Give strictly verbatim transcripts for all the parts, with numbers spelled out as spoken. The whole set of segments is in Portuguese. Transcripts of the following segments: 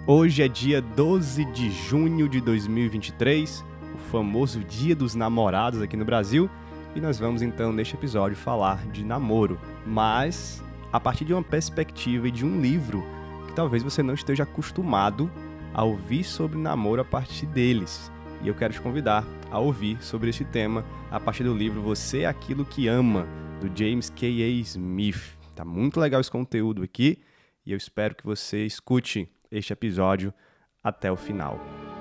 Hoje é dia doze de junho de dois mil e vinte e três, o famoso Dia dos Namorados aqui no Brasil, e nós vamos então neste episódio falar de namoro, mas a partir de uma perspectiva e de um livro que talvez você não esteja acostumado a ouvir sobre namoro a partir deles. E eu quero te convidar a ouvir sobre este tema a partir do livro Você é Aquilo que Ama, do James K A. Smith. Tá muito legal esse conteúdo aqui e eu espero que você escute este episódio até o final.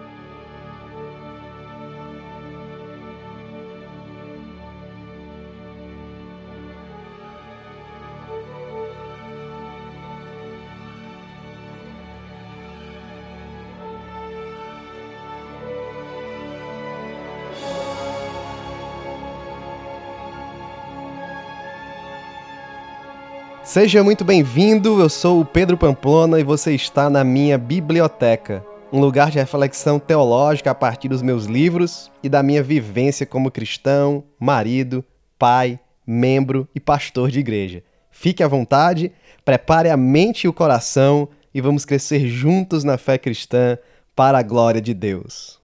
Seja muito bem-vindo, eu sou o Pedro Pamplona e você está na minha biblioteca, um lugar de reflexão teológica a partir dos meus livros e da minha vivência como cristão, marido, pai, membro e pastor de igreja. Fique à vontade, prepare a mente e o coração e vamos crescer juntos na fé cristã para a glória de Deus.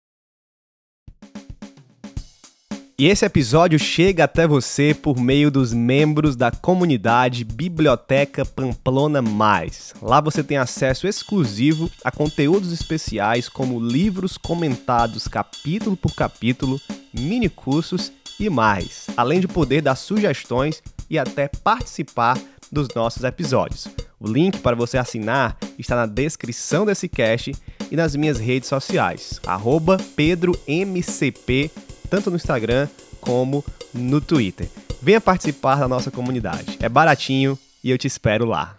E esse episódio chega até você por meio dos membros da comunidade Biblioteca Pamplona Mais. Lá você tem acesso exclusivo a conteúdos especiais como livros comentados capítulo por capítulo, mini cursos e mais, além de poder dar sugestões e até participar dos nossos episódios. O link para você assinar está na descrição desse cast e nas minhas redes sociais, arroba PedroMCP, tanto no Instagram como no Twitter. Venha participar da nossa comunidade. É baratinho e eu te espero lá.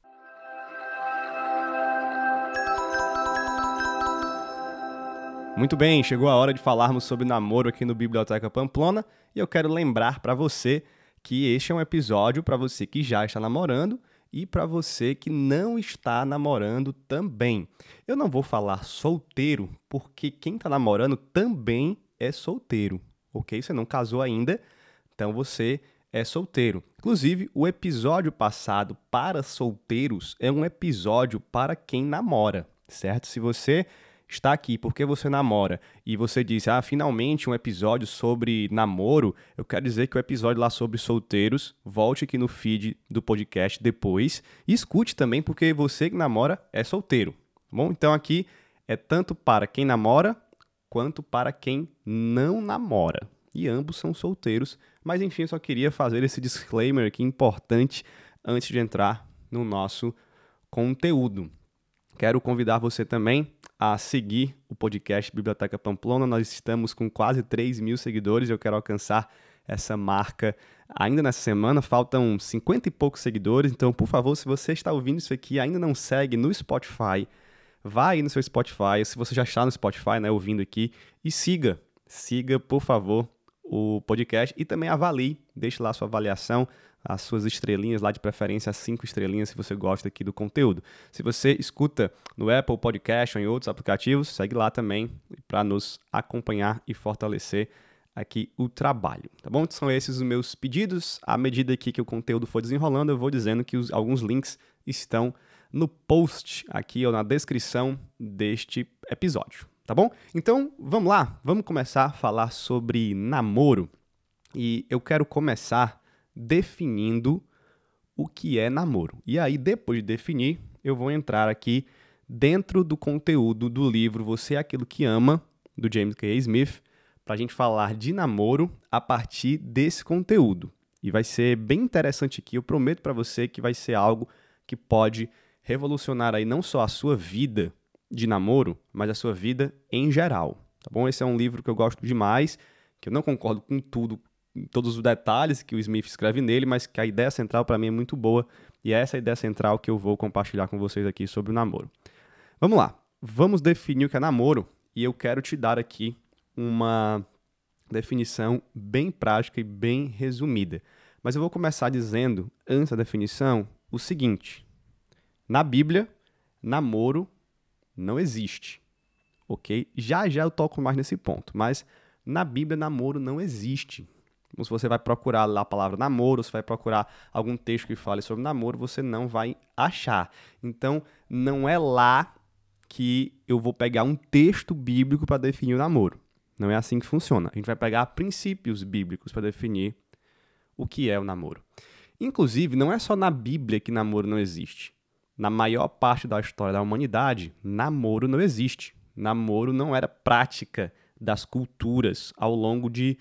Muito bem, chegou a hora de falarmos sobre namoro aqui no Biblioteca Pamplona e eu quero lembrar para você que este é um episódio para você que já está namorando e para você que não está namorando também. Eu não vou falar solteiro porque quem está namorando também é solteiro, ok? Você não casou ainda, então você é solteiro. Inclusive, o episódio passado para solteiros é um episódio para quem namora, certo? Se você está aqui porque você namora e você diz, ah, finalmente um episódio sobre namoro, eu quero dizer que o episódio lá sobre solteiros, volte aqui no feed do podcast depois e escute também porque você que namora é solteiro, tá bom? Então aqui é tanto para quem namora quanto para quem não namora. E ambos são solteiros, mas enfim, eu só queria fazer esse disclaimer aqui importante antes de entrar no nosso conteúdo. Quero convidar você também a seguir o podcast Biblioteca Pamplona. Nós estamos com quase três mil seguidores e eu quero alcançar essa marca ainda nessa semana. Faltam cinquenta e poucos seguidores, então, por favor, se você está ouvindo isso aqui e ainda não segue no Spotify, vá aí no seu Spotify, se você já está no Spotify, né, ouvindo aqui, e siga, siga, por favor, o podcast e também avalie, deixe lá a sua avaliação, as suas estrelinhas lá, de preferência, as cinco estrelinhas, se você gosta aqui do conteúdo. Se você escuta no Apple Podcast ou em outros aplicativos, segue lá também para nos acompanhar e fortalecer aqui o trabalho, tá bom? São esses os meus pedidos. À medida aqui que o conteúdo for desenrolando, eu vou dizendo que os, alguns links estão no post aqui ou na descrição deste episódio, tá bom? Então, vamos lá, vamos começar a falar sobre namoro. E eu quero começar definindo o que é namoro. E aí, depois de definir, eu vou entrar aqui dentro do conteúdo do livro Você é Aquilo que Ama, do James K A. Smith, para a gente falar de namoro a partir desse conteúdo. E vai ser bem interessante aqui, eu prometo para você que vai ser algo que pode revolucionar aí não só a sua vida de namoro, mas a sua vida em geral, tá bom? Esse é um livro que eu gosto demais, que eu não concordo com tudo, com todos os detalhes que o Smith escreve nele, mas que a ideia central para mim é muito boa e é essa a ideia central que eu vou compartilhar com vocês aqui sobre o namoro. Vamos lá, vamos definir o que é namoro e eu quero te dar aqui uma definição bem prática e bem resumida. Mas eu vou começar dizendo, antes da definição, o seguinte: na Bíblia, namoro não existe, ok? Já já eu toco mais nesse ponto, mas na Bíblia namoro não existe. Então, se você vai procurar lá a palavra namoro, se vai procurar algum texto que fale sobre namoro, você não vai achar. Então, não é lá que eu vou pegar um texto bíblico para definir o namoro. Não é assim que funciona. A gente vai pegar princípios bíblicos para definir o que é o namoro. Inclusive, não é só na Bíblia que namoro não existe. Na maior parte da história da humanidade, namoro não existe. Namoro não era prática das culturas ao longo de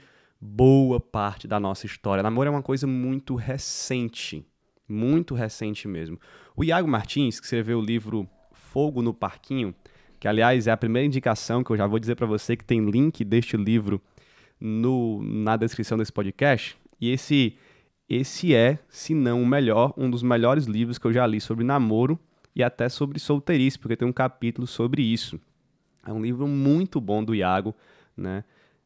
boa parte da nossa história. Namoro é uma coisa muito recente, muito recente mesmo. O Iago Martins, que escreveu o livro Fogo no Parquinho, que aliás é a primeira indicação que eu já vou dizer para você, que tem link deste livro no, na descrição desse podcast, e esse, esse é, se não o melhor, um dos melhores livros que eu já li sobre namoro e até sobre solteirice, porque tem um capítulo sobre isso. É um livro muito bom do Iago, né?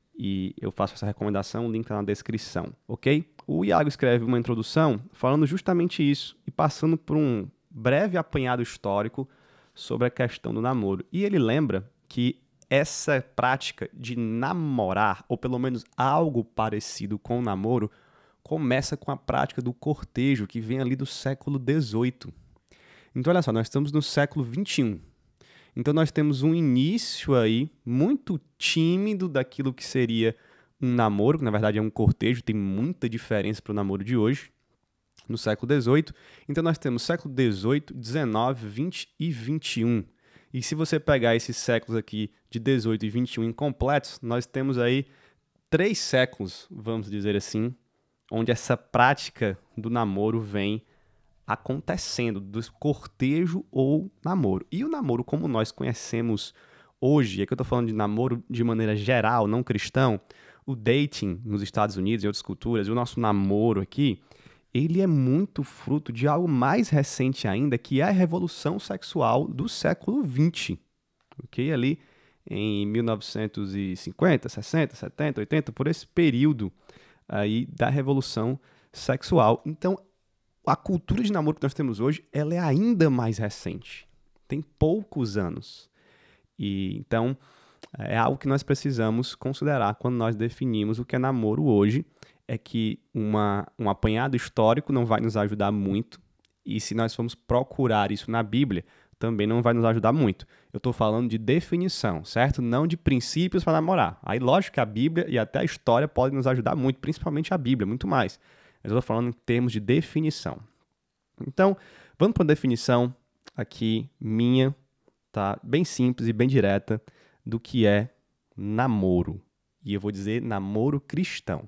E eu faço essa recomendação, o link está na descrição, ok? O Iago escreve uma introdução falando justamente isso e passando por um breve apanhado histórico sobre a questão do namoro. E ele lembra que essa prática de namorar, ou pelo menos algo parecido com o namoro, começa com a prática do cortejo, que vem ali do século dezoito. Então, olha só, nós estamos no século vinte e um. Então nós temos um início aí muito tímido daquilo que seria um namoro, que na verdade é um cortejo, tem muita diferença para o namoro de hoje, no século dezoito. Então nós temos século dezoito, dezenove, vinte e vinte e um. E se você pegar esses séculos aqui de dezoito e vinte e um incompletos, nós temos aí três séculos, vamos dizer assim, onde essa prática do namoro vem acontecendo, do cortejo ou namoro. E o namoro, como nós conhecemos hoje, é que eu estou falando de namoro de maneira geral, não cristão, o dating nos Estados Unidos e outras culturas, o nosso namoro aqui, ele é muito fruto de algo mais recente ainda, que é a revolução sexual do século vinte, ok? Ali em mil novecentos e cinquenta, sessenta, setenta, oitenta, por esse período aí da revolução sexual. Então, a cultura de namoro que nós temos hoje, ela é ainda mais recente. Tem poucos anos. E então, é algo que nós precisamos considerar quando nós definimos o que é namoro hoje, é que uma, um apanhado histórico não vai nos ajudar muito, e se nós formos procurar isso na Bíblia, também não vai nos ajudar muito. Eu estou falando de definição, certo? Não de princípios para namorar. Aí, lógico que a Bíblia e até a história podem nos ajudar muito, principalmente a Bíblia, muito mais. Mas eu estou falando em termos de definição. Então, vamos para a definição aqui minha, tá? Bem simples e bem direta do que é namoro. E eu vou dizer namoro cristão.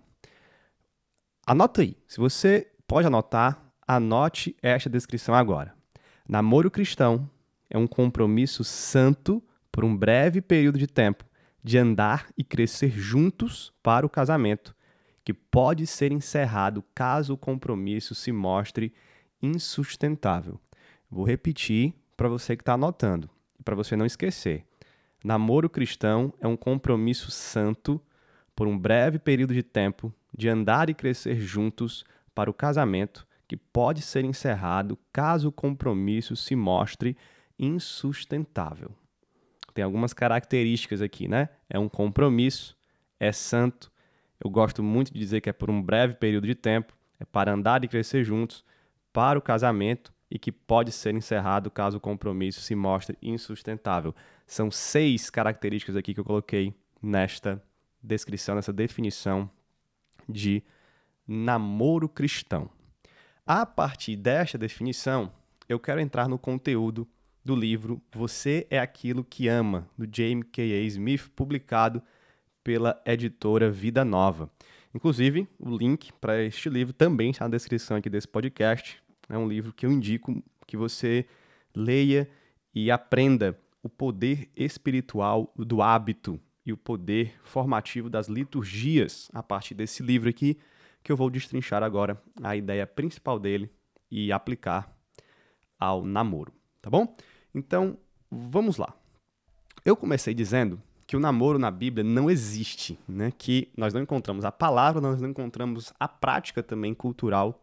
Anota aí. Se você pode anotar, anote esta descrição agora. Namoro cristão é um compromisso santo por um breve período de tempo de andar e crescer juntos para o casamento, que pode ser encerrado caso o compromisso se mostre insustentável. Vou repetir para você que está anotando, para você não esquecer. Namoro cristão é um compromisso santo por um breve período de tempo de andar e crescer juntos para o casamento, que pode ser encerrado caso o compromisso se mostre insustentável. Tem algumas características aqui, né? É um compromisso, é santo. Eu gosto muito de dizer que é por um breve período de tempo, é para andar e crescer juntos para o casamento e que pode ser encerrado caso o compromisso se mostre insustentável. São seis características aqui que eu coloquei nesta descrição, nessa definição de namoro cristão. A partir desta definição, eu quero entrar no conteúdo do livro Você é Aquilo que Ama, do James K A. Smith, publicado pela editora Vida Nova. Inclusive, o link para este livro também está na descrição aqui desse podcast. É um livro que eu indico que você leia e aprenda o poder espiritual do hábito e o poder formativo das liturgias a partir desse livro aqui, que eu vou destrinchar agora a ideia principal dele e aplicar ao namoro, tá bom? Então, vamos lá. Eu comecei dizendo que o namoro na Bíblia não existe, né? Que nós não encontramos a palavra, nós não encontramos a prática também cultural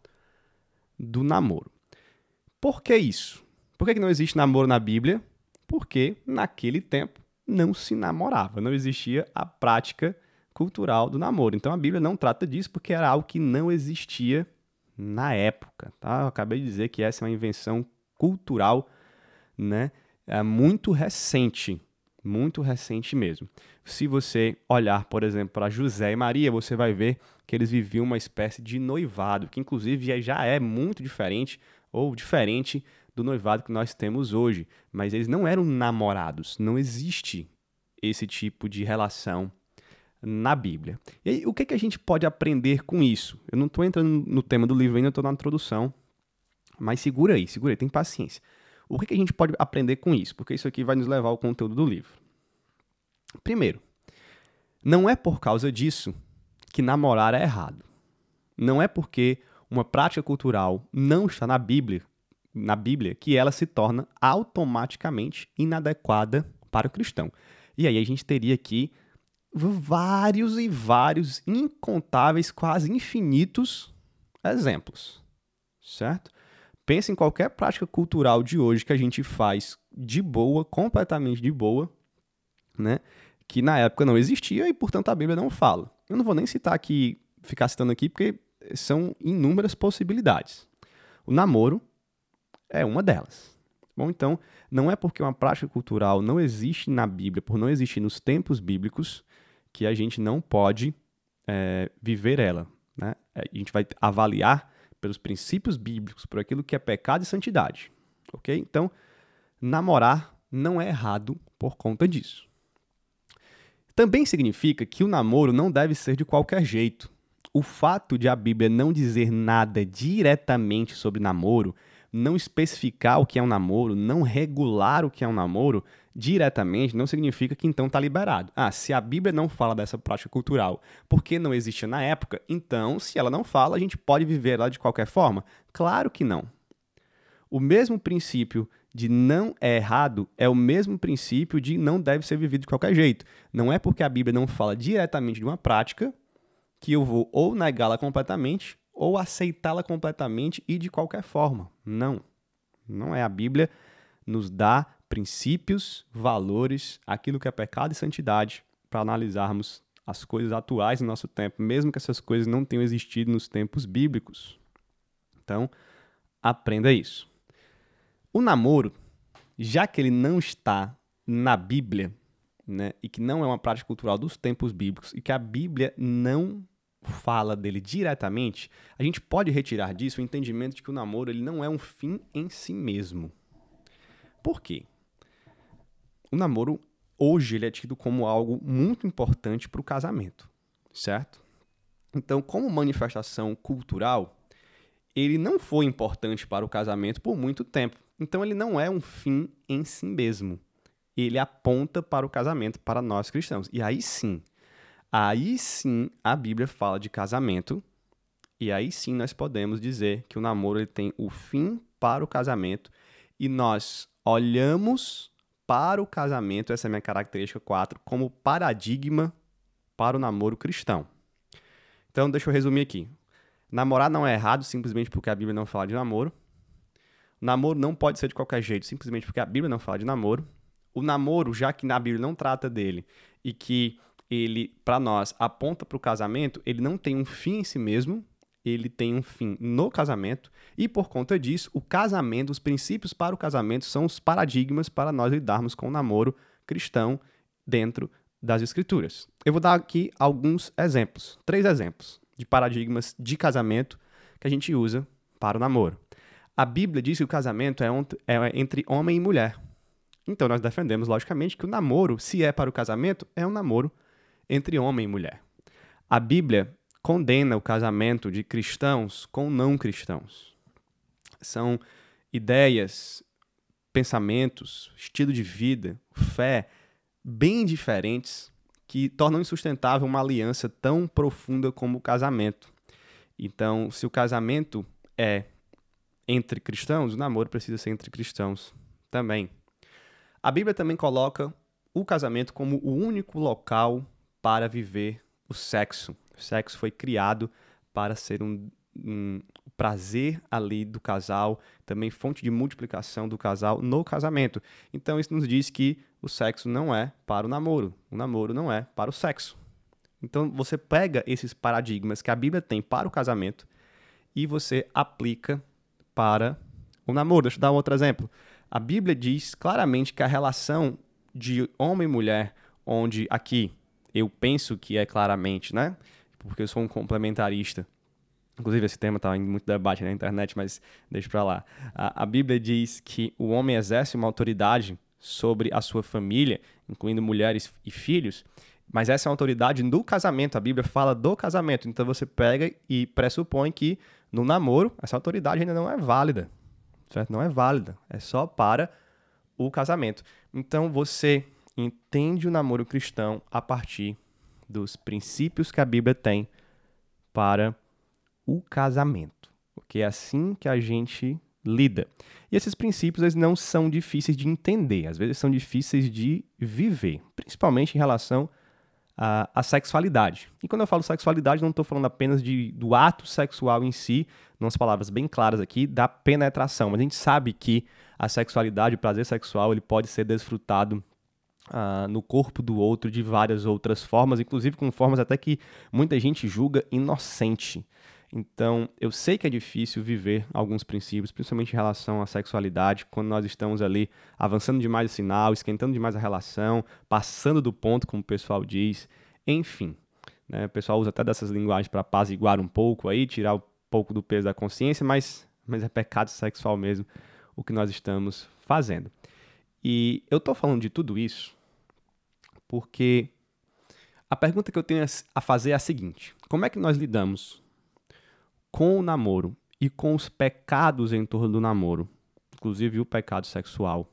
do namoro. Por que isso? Por que não existe namoro na Bíblia? Porque naquele tempo não se namorava, não existia a prática cultural do namoro. Então a Bíblia não trata disso porque era algo que não existia na época, tá? Eu acabei de dizer que essa é uma invenção cultural, né, é muito recente, muito recente mesmo. Se você olhar, por exemplo, para José e Maria, você vai ver que eles viviam uma espécie de noivado, que inclusive já é muito diferente ou diferente do noivado que nós temos hoje. Mas eles não eram namorados, não existe esse tipo de relação na Bíblia. E aí, o que, que a gente pode aprender com isso? Eu não estou entrando no tema do livro ainda, estou na introdução, mas segura aí, segura aí, tem paciência. O que, que a gente pode aprender com isso? Porque isso aqui vai nos levar ao conteúdo do livro. Primeiro, não é por causa disso que namorar é errado. Não é porque uma prática cultural não está na Bíblia, na Bíblia que ela se torna automaticamente inadequada para o cristão. E aí a gente teria aqui vários e vários, incontáveis, quase infinitos exemplos, certo? Pense em qualquer prática cultural de hoje que a gente faz de boa, completamente de boa, né? Que na época não existia e, portanto, a Bíblia não fala. Eu não vou nem citar aqui, ficar citando aqui, porque são inúmeras possibilidades. O namoro é uma delas. Bom, então, não é porque uma prática cultural não existe na Bíblia, por não existir nos tempos bíblicos, que a gente não pode é, viver ela, né? A gente vai avaliar pelos princípios bíblicos, por aquilo que é pecado e santidade, ok? Então, namorar não é errado por conta disso. Também significa que o namoro não deve ser de qualquer jeito. O fato de a Bíblia não dizer nada diretamente sobre namoro, não especificar o que é um namoro, não regular o que é um namoro diretamente, não significa que então está liberado. Ah, se a Bíblia não fala dessa prática cultural porque não existia na época, então, se ela não fala, a gente pode viver ela de qualquer forma? Claro que não. O mesmo princípio de não é errado é o mesmo princípio de não deve ser vivido de qualquer jeito. Não é porque a Bíblia não fala diretamente de uma prática que eu vou ou negá-la completamente ou aceitá-la completamente e de qualquer forma. Não. Não é. A Bíblia nos dá princípios, valores, aquilo que é pecado e santidade para analisarmos as coisas atuais no nosso tempo, mesmo que essas coisas não tenham existido nos tempos bíblicos. Então, aprenda isso. O namoro, já que ele não está na Bíblia, né, e que não é uma prática cultural dos tempos bíblicos, e que a Bíblia não fala dele diretamente, a gente pode retirar disso o entendimento de que o namoro ele não é um fim em si mesmo. Por quê? O namoro, hoje, ele é tido como algo muito importante para o casamento, certo? Então, como manifestação cultural, ele não foi importante para o casamento por muito tempo. Então, ele não é um fim em si mesmo. Ele aponta para o casamento, para nós cristãos. E aí sim, aí sim a Bíblia fala de casamento, e aí sim nós podemos dizer que o namoro ele tem o fim para o casamento, e nós olhamos para o casamento, essa é a minha característica quatro, como paradigma para o namoro cristão. Então, deixa eu resumir aqui. Namorar não é errado simplesmente porque a Bíblia não fala de namoro. O namoro não pode ser de qualquer jeito simplesmente porque a Bíblia não fala de namoro. O namoro, já que na Bíblia não trata dele e que ele, para nós, aponta para o casamento, ele não tem um fim em si mesmo, ele tem um fim no casamento e, por conta disso, o casamento, os princípios para o casamento são os paradigmas para nós lidarmos com o namoro cristão dentro das Escrituras. Eu vou dar aqui alguns exemplos, três exemplos de paradigmas de casamento que a gente usa para o namoro. A Bíblia diz que o casamento é entre homem e mulher. Então, nós defendemos, logicamente, que o namoro, se é para o casamento, é um namoro entre homem e mulher. A Bíblia condena o casamento de cristãos com não cristãos. São ideias, pensamentos, estilo de vida, fé, bem diferentes que tornam insustentável uma aliança tão profunda como o casamento. Então, se o casamento é entre cristãos, o namoro precisa ser entre cristãos também. A Bíblia também coloca o casamento como o único local para viver o sexo. O sexo foi criado para ser um, um prazer ali do casal, também fonte de multiplicação do casal no casamento. Então isso nos diz que o sexo não é para o namoro, o namoro não é para o sexo. Então você pega esses paradigmas que a Bíblia tem para o casamento e você aplica para o namoro. Deixa eu dar um outro exemplo. A Bíblia diz claramente que a relação de homem e mulher, onde aqui eu penso que é claramente, né? Porque eu sou um complementarista. Inclusive, esse tema está em muito debate na internet, mas deixa pra lá. A, a Bíblia diz que o homem exerce uma autoridade sobre a sua família, incluindo mulheres e filhos, mas essa é uma autoridade do casamento. A Bíblia fala do casamento. Então você pega e pressupõe que no namoro essa autoridade ainda não é válida. Certo? Não é válida. É só para o casamento. Então você entende o namoro cristão a partir dos princípios que a Bíblia tem para o casamento. Porque é assim que a gente lida. E esses princípios eles não são difíceis de entender. Às vezes são difíceis de viver. Principalmente em relação à, à sexualidade. E quando eu falo sexualidade, não estou falando apenas de, do ato sexual em si, umas palavras bem claras aqui, da penetração. Mas a gente sabe que a sexualidade, o prazer sexual, ele pode ser desfrutado uh, no corpo do outro de várias outras formas, inclusive com formas até que muita gente julga inocente. Então, eu sei que é difícil viver alguns princípios, principalmente em relação à sexualidade, quando nós estamos ali avançando demais o sinal, esquentando demais a relação, passando do ponto, como o pessoal diz, enfim. Né? O pessoal usa até dessas linguagens para apaziguar um pouco aí, tirar um pouco do peso da consciência, mas, mas é pecado sexual mesmo o que nós estamos fazendo. E eu estou falando de tudo isso porque a pergunta que eu tenho a fazer é a seguinte: como é que nós lidamos com o namoro e com os pecados em torno do namoro, inclusive o pecado sexual,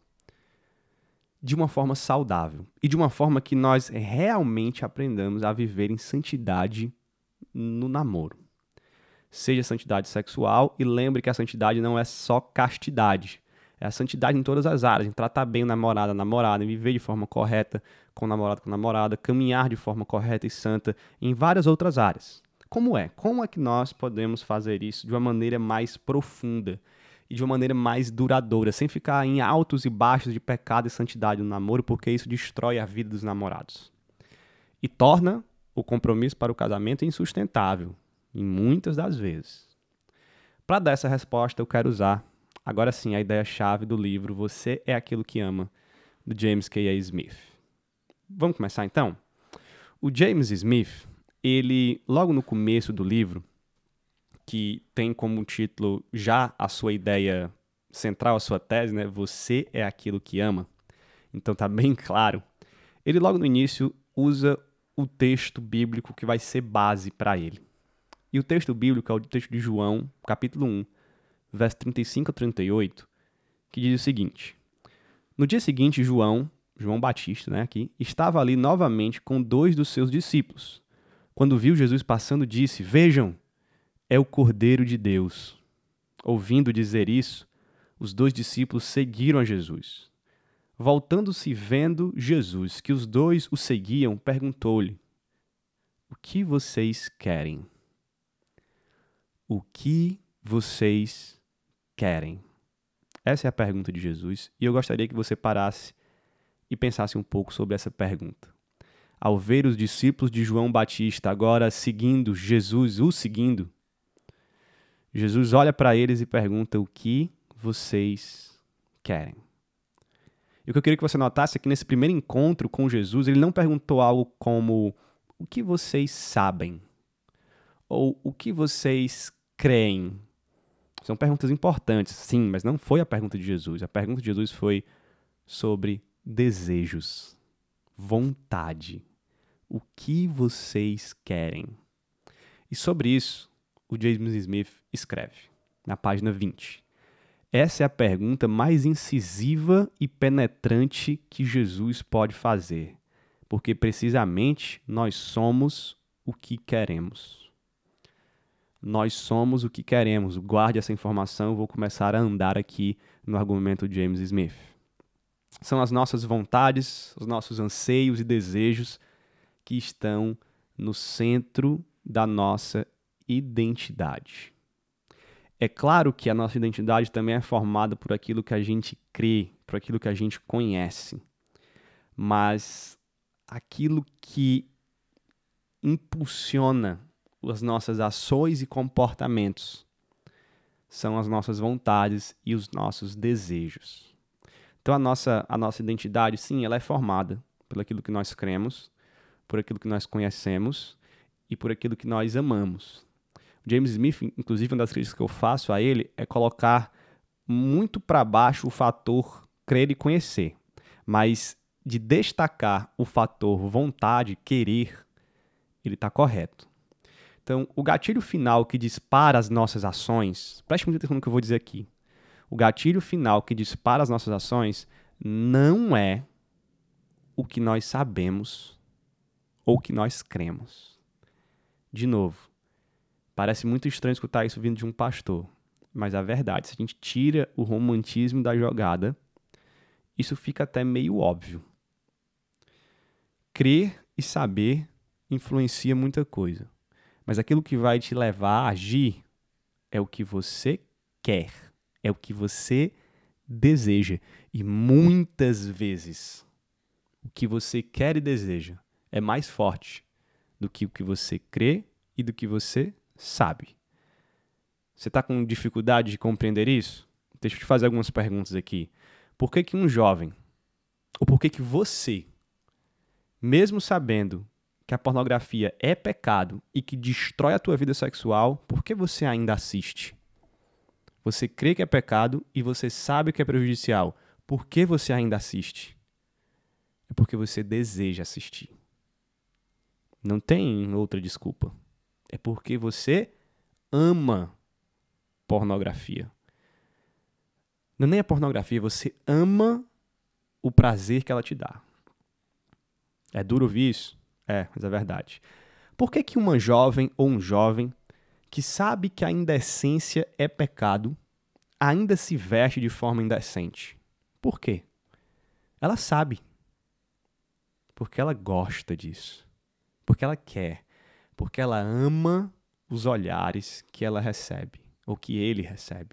de uma forma saudável e de uma forma que nós realmente aprendamos a viver em santidade no namoro? Seja santidade sexual, e lembre que a santidade não é só castidade. É a santidade em todas as áreas, em tratar bem o namorado, a namorada, em viver de forma correta com o namorado, com a namorada, caminhar de forma correta e santa em várias outras áreas. Como é? Como é que nós podemos fazer isso de uma maneira mais profunda e de uma maneira mais duradoura, sem ficar em altos e baixos de pecado e santidade no namoro, porque isso destrói a vida dos namorados e torna o compromisso para o casamento insustentável, em muitas das vezes. Para dar essa resposta, eu quero usar, agora sim, a ideia-chave do livro Você é Aquilo que Ama, do James K A. Smith. Vamos começar, então? O James Smith, ele, logo no começo do livro, que tem como título já a sua ideia central, a sua tese, né? Você é Aquilo que Ama. Então tá bem claro. Ele, logo no início, usa o texto bíblico que vai ser base para ele. E o texto bíblico é o texto de João, capítulo um, verso trinta e cinco a trinta e oito, que diz o seguinte: no dia seguinte, João, João Batista, né, aqui, estava ali novamente com dois dos seus discípulos. Quando viu Jesus passando, disse: vejam, é o Cordeiro de Deus. Ouvindo dizer isso, os dois discípulos seguiram a Jesus. Voltando-se e vendo Jesus, que os dois o seguiam, perguntou-lhe: o que vocês querem? O que vocês querem? Essa é a pergunta de Jesus, e eu gostaria que você parasse e pensasse um pouco sobre essa pergunta. Ao ver os discípulos de João Batista agora seguindo Jesus, o seguindo, Jesus olha para eles e pergunta: o que vocês querem? E o que eu queria que você notasse é que nesse primeiro encontro com Jesus, ele não perguntou algo como: o que vocês sabem? Ou o que vocês creem? São perguntas importantes, sim, mas não foi a pergunta de Jesus. A pergunta de Jesus foi sobre desejos, vontade. O que vocês querem? E sobre isso, o James Smith escreve, na página vinte. Essa é a pergunta mais incisiva e penetrante que Jesus pode fazer, porque precisamente nós somos o que queremos. Nós somos o que queremos. Guarde essa informação, eu vou começar a andar aqui no argumento de James Smith. São as nossas vontades, os nossos anseios e desejos que estão no centro da nossa identidade. É claro que a nossa identidade também é formada por aquilo que a gente crê, por aquilo que a gente conhece. Mas aquilo que impulsiona as nossas ações e comportamentos são as nossas vontades e os nossos desejos. Então, a nossa, a nossa identidade, sim, ela é formada por aquilo que nós cremos, por aquilo que nós conhecemos e por aquilo que nós amamos. O James Smith, inclusive, uma das críticas que eu faço a ele é colocar muito para baixo o fator crer e conhecer, mas de destacar o fator vontade, querer, ele está correto. Então, o gatilho final que dispara as nossas ações, preste muita atenção no que eu vou dizer aqui. O gatilho final que dispara as nossas ações não é o que nós sabemos ou o que nós cremos. De novo, parece muito estranho escutar isso vindo de um pastor, mas a verdade, se a gente tira o romantismo da jogada, isso fica até meio óbvio. Crer e saber influencia muita coisa, mas aquilo que vai te levar a agir é o que você quer, é o que você deseja. E muitas vezes, o que você quer e deseja é mais forte do que o que você crê e do que você sabe. Você está com dificuldade de compreender isso? Deixa eu te fazer algumas perguntas aqui. Por que que um jovem, ou por que que você, mesmo sabendo que a pornografia é pecado e que destrói a tua vida sexual, por que você ainda assiste? Você crê que é pecado e você sabe que é prejudicial. Por que você ainda assiste? É porque você deseja assistir. Não tem outra desculpa. É porque você ama pornografia. Não é nem a pornografia, você ama o prazer que ela te dá. É duro ouvir isso? É, mas é verdade. Por que que uma jovem ou um jovem que sabe que a indecência é pecado ainda se veste de forma indecente? Por quê? Ela sabe. Porque ela gosta disso. Porque ela quer. Porque ela ama os olhares que ela recebe, ou que ele recebe.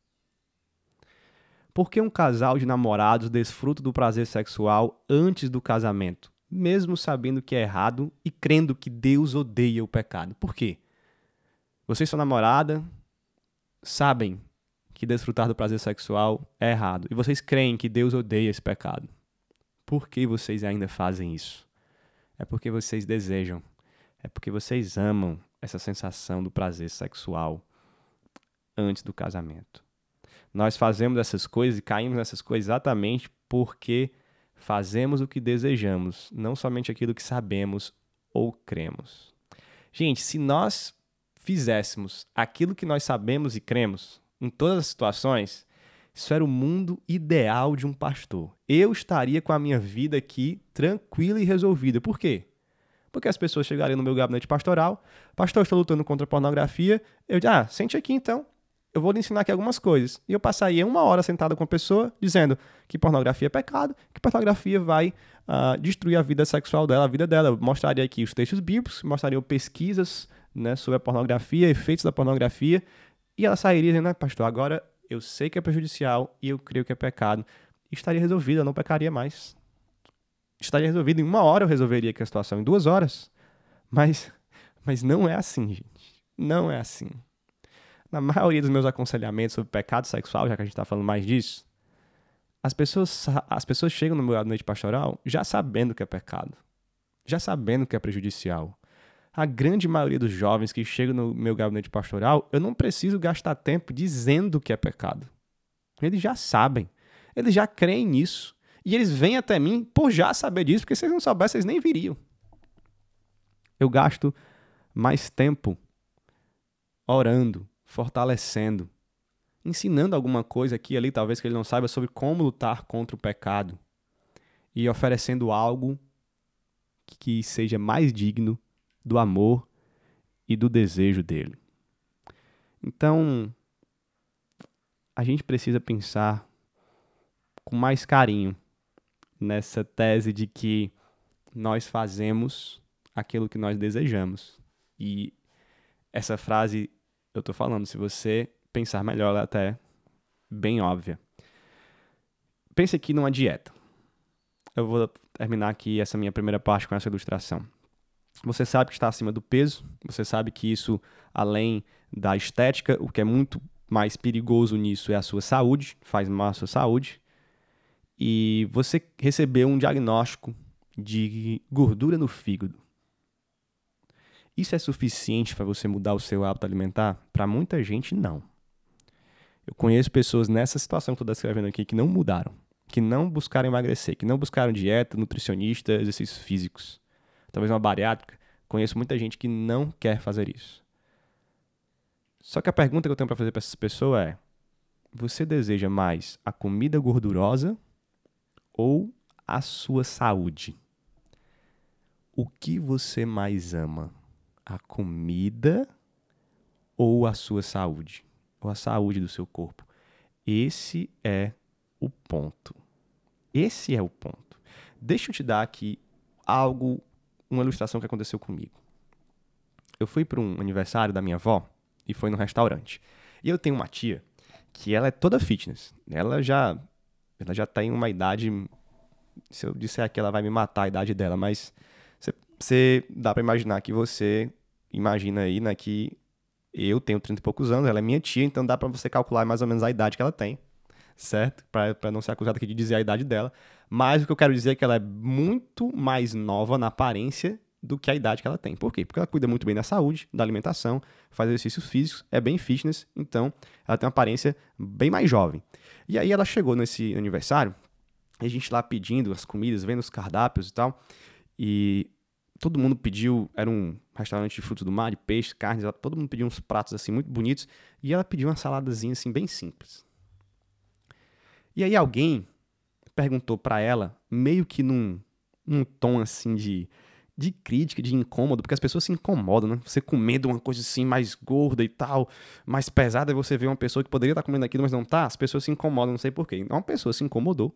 Por que um casal de namorados desfruta do prazer sexual antes do casamento, mesmo sabendo que é errado e crendo que Deus odeia o pecado? Por quê? Vocês são namorada, sabem que desfrutar do prazer sexual é errado, e vocês creem que Deus odeia esse pecado. Por que vocês ainda fazem isso? É porque vocês desejam, é porque vocês amam essa sensação do prazer sexual antes do casamento. Nós fazemos essas coisas e caímos nessas coisas exatamente porque fazemos o que desejamos, não somente aquilo que sabemos ou cremos. Gente, se nós fizéssemos aquilo que nós sabemos e cremos em todas as situações, isso era o mundo ideal de um pastor. Eu estaria com a minha vida aqui tranquila e resolvida. Por quê? Porque as pessoas chegariam no meu gabinete pastoral, pastor, estou lutando contra a pornografia, eu digo, ah, sente aqui então, eu vou lhe ensinar aqui algumas coisas. E eu passaria uma hora sentado com a pessoa, dizendo que pornografia é pecado, que pornografia vai uh, destruir a vida sexual dela, a vida dela. Eu mostraria aqui os textos bíblicos, mostraria pesquisas, né, sobre a pornografia, efeitos da pornografia, e ela sairia dizendo, ah, pastor, agora eu sei que é prejudicial e eu creio que é pecado. E estaria resolvida, eu não pecaria mais. Estaria resolvido. Em uma hora eu resolveria aqui a situação, em duas horas. Mas, mas não é assim, gente. Não é assim. Na maioria dos meus aconselhamentos sobre pecado sexual, já que a gente está falando mais disso, as pessoas, as pessoas chegam no meu gabinete pastoral já sabendo que é pecado. Já sabendo que é prejudicial. A grande maioria dos jovens que chegam no meu gabinete pastoral, eu não preciso gastar tempo dizendo que é pecado. Eles já sabem. Eles já creem nisso. E eles vêm até mim por já saber disso, porque se eles não soubessem, vocês nem viriam. Eu gasto mais tempo orando, fortalecendo, ensinando alguma coisa aqui e ali, talvez que ele não saiba, sobre como lutar contra o pecado. E oferecendo algo que seja mais digno do amor e do desejo dele. Então, a gente precisa pensar com mais carinho nessa tese de que nós fazemos aquilo que nós desejamos. E essa frase, eu estou falando, se você pensar melhor, ela é até bem óbvia. Pense aqui numa dieta. Eu vou terminar aqui essa minha primeira parte com essa ilustração. Você sabe que está acima do peso, você sabe que isso, além da estética, o que é muito mais perigoso nisso é a sua saúde, faz mal à sua saúde. e você recebeu um diagnóstico de gordura no fígado. Isso é suficiente para você mudar o seu hábito alimentar? Para muita gente, não. Eu conheço pessoas nessa situação que eu estou descrevendo aqui que não mudaram, que não buscaram emagrecer, que não buscaram dieta, nutricionista, exercícios físicos, talvez uma bariátrica. Conheço muita gente que não quer fazer isso. Só que a pergunta que eu tenho para fazer para essas pessoas é: você deseja mais a comida gordurosa ou a sua saúde? O que você mais ama? A comida ou a sua saúde? Ou a saúde do seu corpo? Esse é o ponto. Esse é o ponto. Deixa eu te dar aqui algo, uma ilustração que aconteceu comigo. Eu fui para um aniversário da minha avó e foi no restaurante. E eu tenho uma tia que ela é toda fitness. Ela já, ela já tem uma idade... Se eu disser aqui, ela vai me matar a idade dela, mas você, você dá para imaginar que você... Imagina aí, né, que eu tenho trinta e poucos anos, ela é minha tia, então dá para você calcular mais ou menos a idade que ela tem, certo? Para não ser acusado aqui de dizer a idade dela. Mas o que eu quero dizer é que ela é muito mais nova na aparência do que a idade que ela tem. Por quê? Porque ela cuida muito bem da saúde, da alimentação, faz exercícios físicos, é bem fitness, então ela tem uma aparência bem mais jovem. E aí ela chegou nesse aniversário, a gente lá pedindo as comidas, vendo os cardápios e tal, e todo mundo pediu, era um restaurante de frutos do mar, de peixe, carnes, todo mundo pediu uns pratos assim muito bonitos, e ela pediu uma saladazinha assim bem simples. E aí alguém perguntou pra ela, meio que num, num tom assim de, de crítica, de incômodo, porque as pessoas se incomodam, né? Você comendo uma coisa assim mais gorda e tal, mais pesada, e você vê uma pessoa que poderia estar comendo aquilo, mas não tá, as pessoas se incomodam, não sei porquê. Uma pessoa se incomodou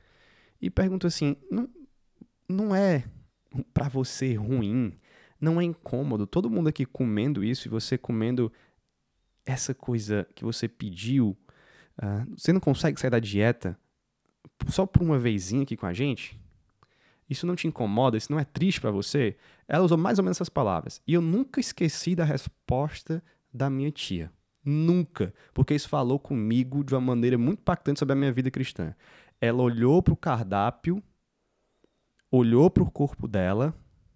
e perguntou assim, não, não é pra você ruim, não é incômodo, todo mundo aqui comendo isso e você comendo essa coisa que você pediu, uh, você não consegue sair da dieta só por uma vezinha aqui com a gente? Isso não te incomoda? Isso não é triste pra você? Ela usou mais ou menos essas palavras. E eu nunca esqueci da resposta da minha tia. Nunca. Porque isso falou comigo de uma maneira muito impactante sobre a minha vida cristã. Ela olhou pro cardápio, olhou pro corpo dela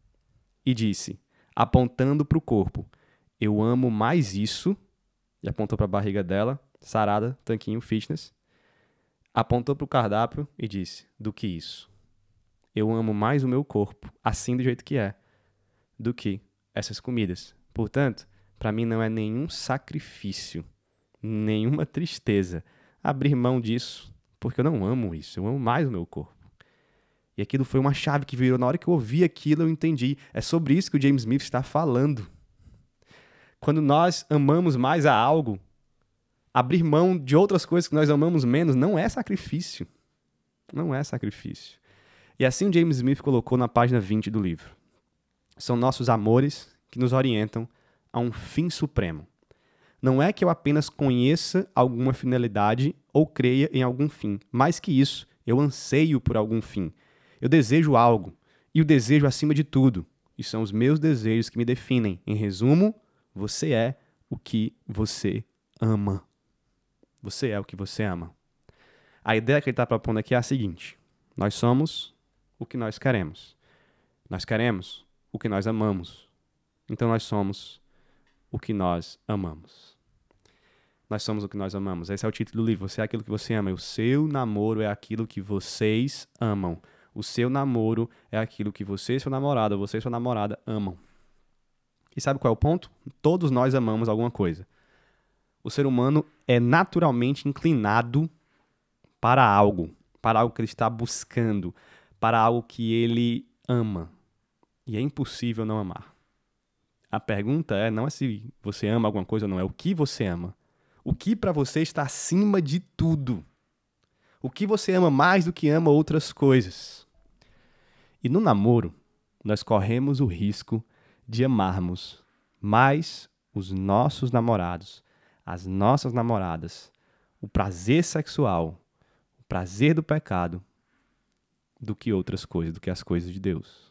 e disse, apontando pro corpo, eu amo mais isso, e apontou pra barriga dela, sarada, tanquinho, fitness, apontou pro cardápio e disse, do que isso? Eu amo mais o meu corpo, assim do jeito que é, do que essas comidas. Portanto, para mim não é nenhum sacrifício, nenhuma tristeza abrir mão disso, porque eu não amo isso, eu amo mais o meu corpo. E aquilo foi uma chave que virou. Na hora que eu ouvi aquilo, eu entendi. É sobre isso que o James Smith está falando. Quando nós amamos mais a algo, abrir mão de outras coisas que nós amamos menos não é sacrifício. Não é sacrifício. E assim o James Smith colocou na página vinte do livro. São nossos amores que nos orientam a um fim supremo. Não é que eu apenas conheça alguma finalidade ou creia em algum fim. Mais que isso, eu anseio por algum fim. Eu desejo algo, e o desejo acima de tudo. E são os meus desejos que me definem. Em resumo, você é o que você ama. Você é o que você ama. A ideia que ele está propondo aqui é a seguinte. Nós somos o que nós queremos. Nós queremos o que nós amamos. Então nós somos o que nós amamos. Nós somos o que nós amamos. Esse é o título do livro. Você é aquilo que você ama. O seu namoro é aquilo que vocês amam. O seu namoro é aquilo que você e seu namorado, ou você e sua namorada amam. E sabe qual é o ponto? Todos nós amamos alguma coisa. O ser humano é naturalmente inclinado para algo, para algo que ele está buscando, para algo que ele ama. E é impossível não amar. A pergunta é, não é se você ama alguma coisa ou não, é o que você ama. O que para você está acima de tudo. O que você ama mais do que ama outras coisas. E no namoro, nós corremos o risco de amarmos mais os nossos namorados, as nossas namoradas, o prazer sexual, o prazer do pecado, do que outras coisas, do que as coisas de Deus.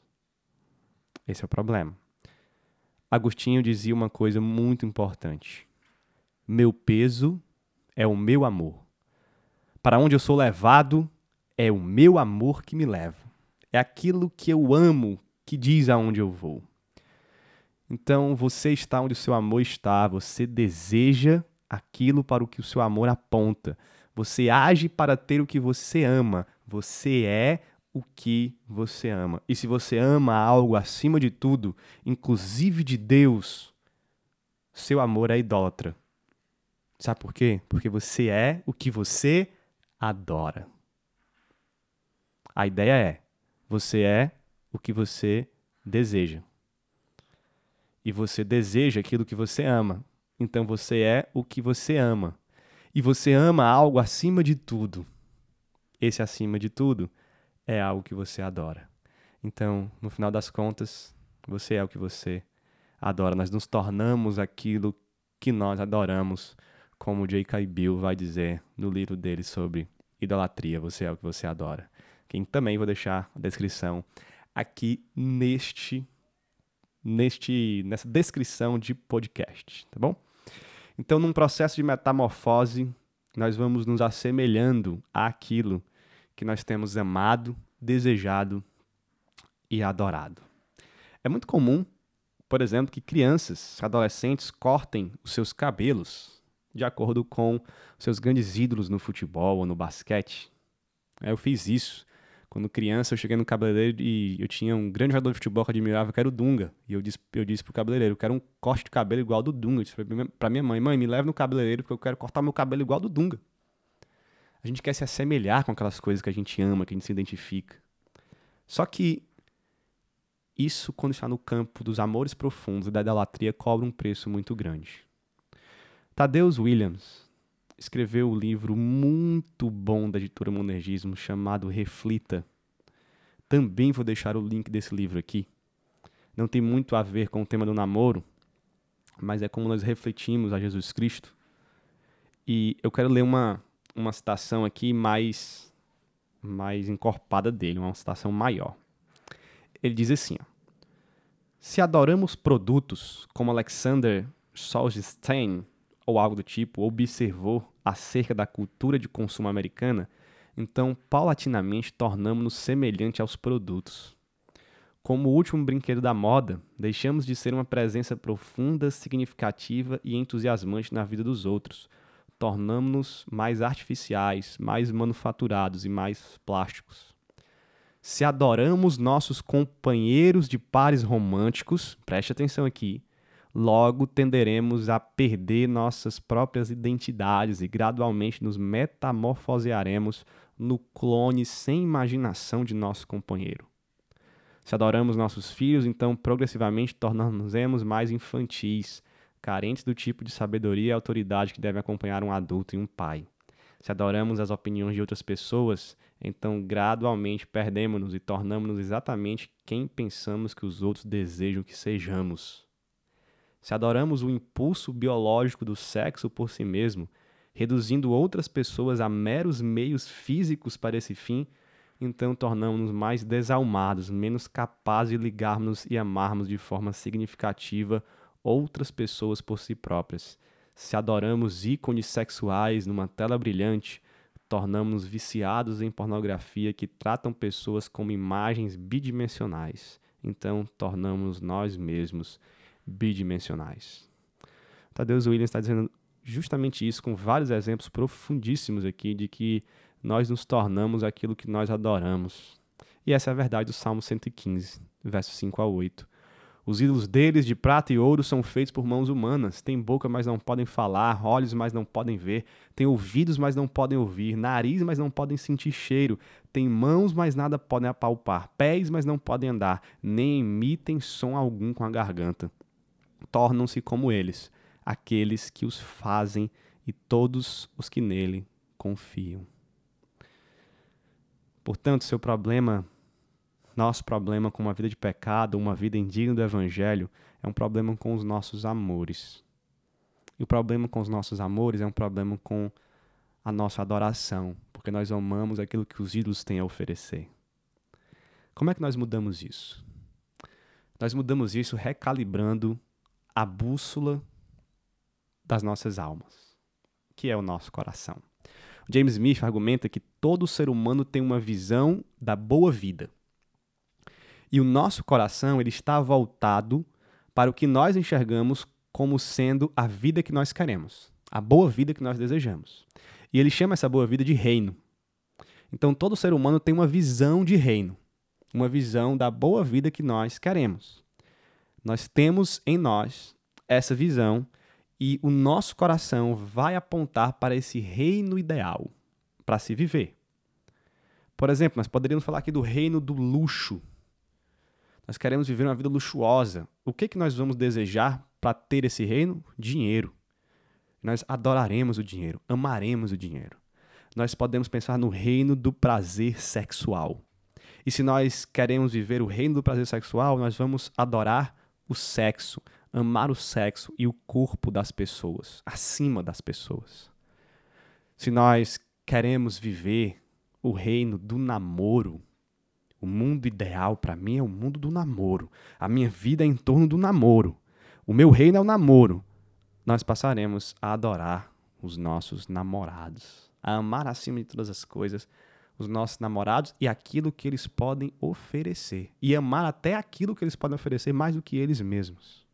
Esse é o problema. Agostinho dizia uma coisa muito importante. Meu peso é o meu amor. Para onde eu sou levado É o meu amor que me leva. É aquilo que eu amo que diz aonde eu vou. Então, você está onde o seu amor está. Você deseja aquilo para o que o seu amor aponta. Você age para ter o que você ama. Você é o que você ama. E se você ama algo acima de tudo, inclusive de Deus, seu amor é idólatra. Sabe por quê? Porque você é o que você adora. A ideia é, você é o que você deseja. E você deseja aquilo que você ama. Então você é o que você ama. E você ama algo acima de tudo. Esse acima de tudo é algo que você adora. Então, no final das contas, você é o que você adora. Nós nos tornamos aquilo que nós adoramos, como o J K. Bill vai dizer no livro dele sobre idolatria. Você é o que você adora. Que também vou deixar a descrição aqui neste, neste, nessa descrição de podcast, tá bom? Então, num processo de metamorfose, nós vamos nos assemelhando àquilo que nós temos amado, desejado e adorado. É muito comum, por exemplo, que crianças, adolescentes cortem os seus cabelos de acordo com seus grandes ídolos no futebol ou no basquete. Eu fiz isso. Quando criança, eu cheguei no cabeleireiro e eu tinha um grande jogador de futebol que eu admirava, que era o Dunga. E eu disse, eu disse pro cabeleireiro, eu quero um corte de cabelo igual ao do Dunga. Eu disse pra minha mãe, mãe, me leve no cabeleireiro porque eu quero cortar meu cabelo igual ao do Dunga. A gente quer se assemelhar com aquelas coisas que a gente ama, que a gente se identifica. Só que isso, quando está no campo dos amores profundos e da idolatria, cobra um preço muito grande. Tadeusz Williams escreveu um livro muito bom da editora Monergismo chamado Reflita. Também vou deixar o link desse livro aqui. Não tem muito a ver com o tema do namoro, mas é como nós refletimos a Jesus Cristo. E eu quero ler uma, uma citação aqui mais, mais encorpada dele, uma citação maior. Ele diz assim, ó, se adoramos produtos como Alexander Solzhenitsyn ou algo do tipo, observou acerca da cultura de consumo americana, então, paulatinamente, tornamos-nos semelhantes aos produtos. Como o último brinquedo da moda, deixamos de ser uma presença profunda, significativa e entusiasmante na vida dos outros. Tornamos-nos mais artificiais, mais manufaturados e mais plásticos. Se adoramos nossos companheiros de pares românticos, preste atenção aqui, logo tenderemos a perder nossas próprias identidades e gradualmente nos metamorfosearemos no clone sem imaginação de nosso companheiro. Se adoramos nossos filhos, então progressivamente tornamos-nos mais infantis, carentes do tipo de sabedoria e autoridade que deve acompanhar um adulto e um pai. Se adoramos as opiniões de outras pessoas, então gradualmente perdemos-nos e tornamos-nos exatamente quem pensamos que os outros desejam que sejamos. Se adoramos o impulso biológico do sexo por si mesmo, reduzindo outras pessoas a meros meios físicos para esse fim, então tornamos-nos mais desalmados, menos capazes de ligarmos e amarmos de forma significativa outras pessoas por si próprias. Se adoramos ícones sexuais numa tela brilhante, tornamos-nos viciados em pornografia que tratam pessoas como imagens bidimensionais. Então, tornamos nós mesmos bidimensionais. Tadeusz Williams está dizendo justamente isso, com vários exemplos profundíssimos aqui de que nós nos tornamos aquilo que nós adoramos. E essa é a verdade do Salmo cento e quinze, versos cinco a oito. Os ídolos deles de prata e ouro são feitos por mãos humanas. Têm boca, mas não podem falar, olhos, mas não podem ver. Têm ouvidos, mas não podem ouvir, nariz, mas não podem sentir cheiro. Têm mãos, mas nada podem apalpar, pés, mas não podem andar, nem emitem som algum com a garganta. Tornam-se como eles, aqueles que os fazem e todos os que nele confiam. Portanto, seu problema, nosso problema com uma vida de pecado, uma vida indigna do Evangelho, é um problema com os nossos amores. E o problema com os nossos amores é um problema com a nossa adoração, porque nós amamos aquilo que os ídolos têm a oferecer. Como é que nós mudamos isso? Nós mudamos isso recalibrando a bússola das nossas almas, que é o nosso coração. James Smith argumenta que todo ser humano tem uma visão da boa vida. E o nosso coração ele está voltado para o que nós enxergamos como sendo a vida que nós queremos, a boa vida que nós desejamos. E ele chama essa boa vida de reino. Então, todo ser humano tem uma visão de reino, uma visão da boa vida que nós queremos. Nós temos em nós essa visão e o nosso coração vai apontar para esse reino ideal para se viver. Por exemplo, nós poderíamos falar aqui do reino do luxo. Nós queremos viver uma vida luxuosa. O que, que nós vamos desejar para ter esse reino? Dinheiro. Nós adoraremos o dinheiro, amaremos o dinheiro. Nós podemos pensar no reino do prazer sexual. E se nós queremos viver o reino do prazer sexual, nós vamos adorar o sexo, amar o sexo e o corpo das pessoas, acima das pessoas. Se nós queremos viver o reino do namoro, o mundo ideal para mim é o mundo do namoro. A minha vida é em torno do namoro. O meu reino é o namoro. Nós passaremos a adorar os nossos namorados, a amar acima de todas as coisas os nossos namorados e aquilo que eles podem oferecer. E amar até aquilo que eles podem oferecer mais do que eles mesmos.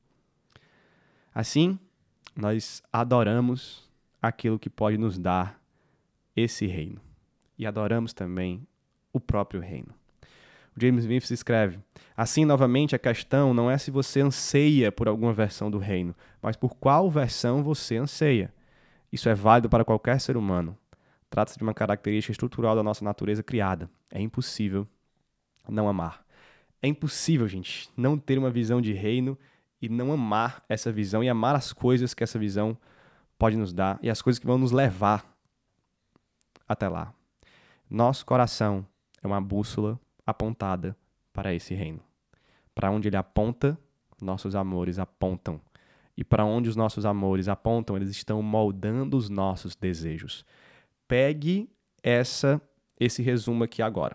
Assim, nós adoramos aquilo que pode nos dar esse reino. E adoramos também o próprio reino. O James Smith escreve: assim, novamente, a questão não é se você anseia por alguma versão do reino, mas por qual versão você anseia. Isso é válido para qualquer ser humano. Trata-se de uma característica estrutural da nossa natureza criada. É impossível não amar. É impossível, gente, não ter uma visão de reino e não amar essa visão e amar as coisas que essa visão pode nos dar e as coisas que vão nos levar até lá. Nosso coração é uma bússola apontada para esse reino. Para onde ele aponta, nossos amores apontam. E para onde os nossos amores apontam, eles estão moldando os nossos desejos. Pegue essa, esse resumo aqui agora.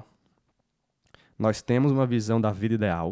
Nós temos uma visão da vida ideal.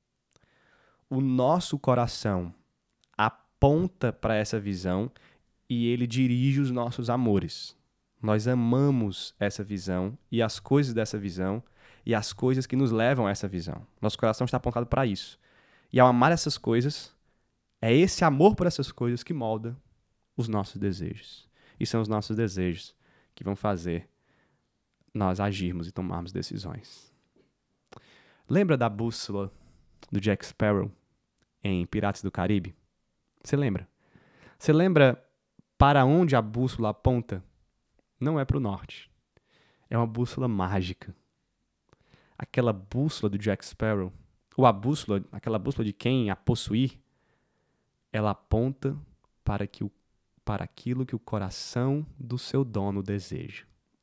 O nosso coração aponta para essa visão e ele dirige os nossos amores. Nós amamos essa visão e as coisas dessa visão e as coisas que nos levam a essa visão. Nosso coração está apontado para isso. E ao amar essas coisas, é esse amor por essas coisas que molda os nossos desejos. E são os nossos desejos que vão fazer nós agirmos e tomarmos decisões. Lembra da bússola do Jack Sparrow em Piratas do Caribe? Você lembra? Você lembra para onde a bússola aponta? Não é para o norte. É uma bússola mágica. Aquela bússola do Jack Sparrow, ou a bússola, aquela bússola de quem a possuir, ela aponta para que o para aquilo que o coração do seu dono deseja.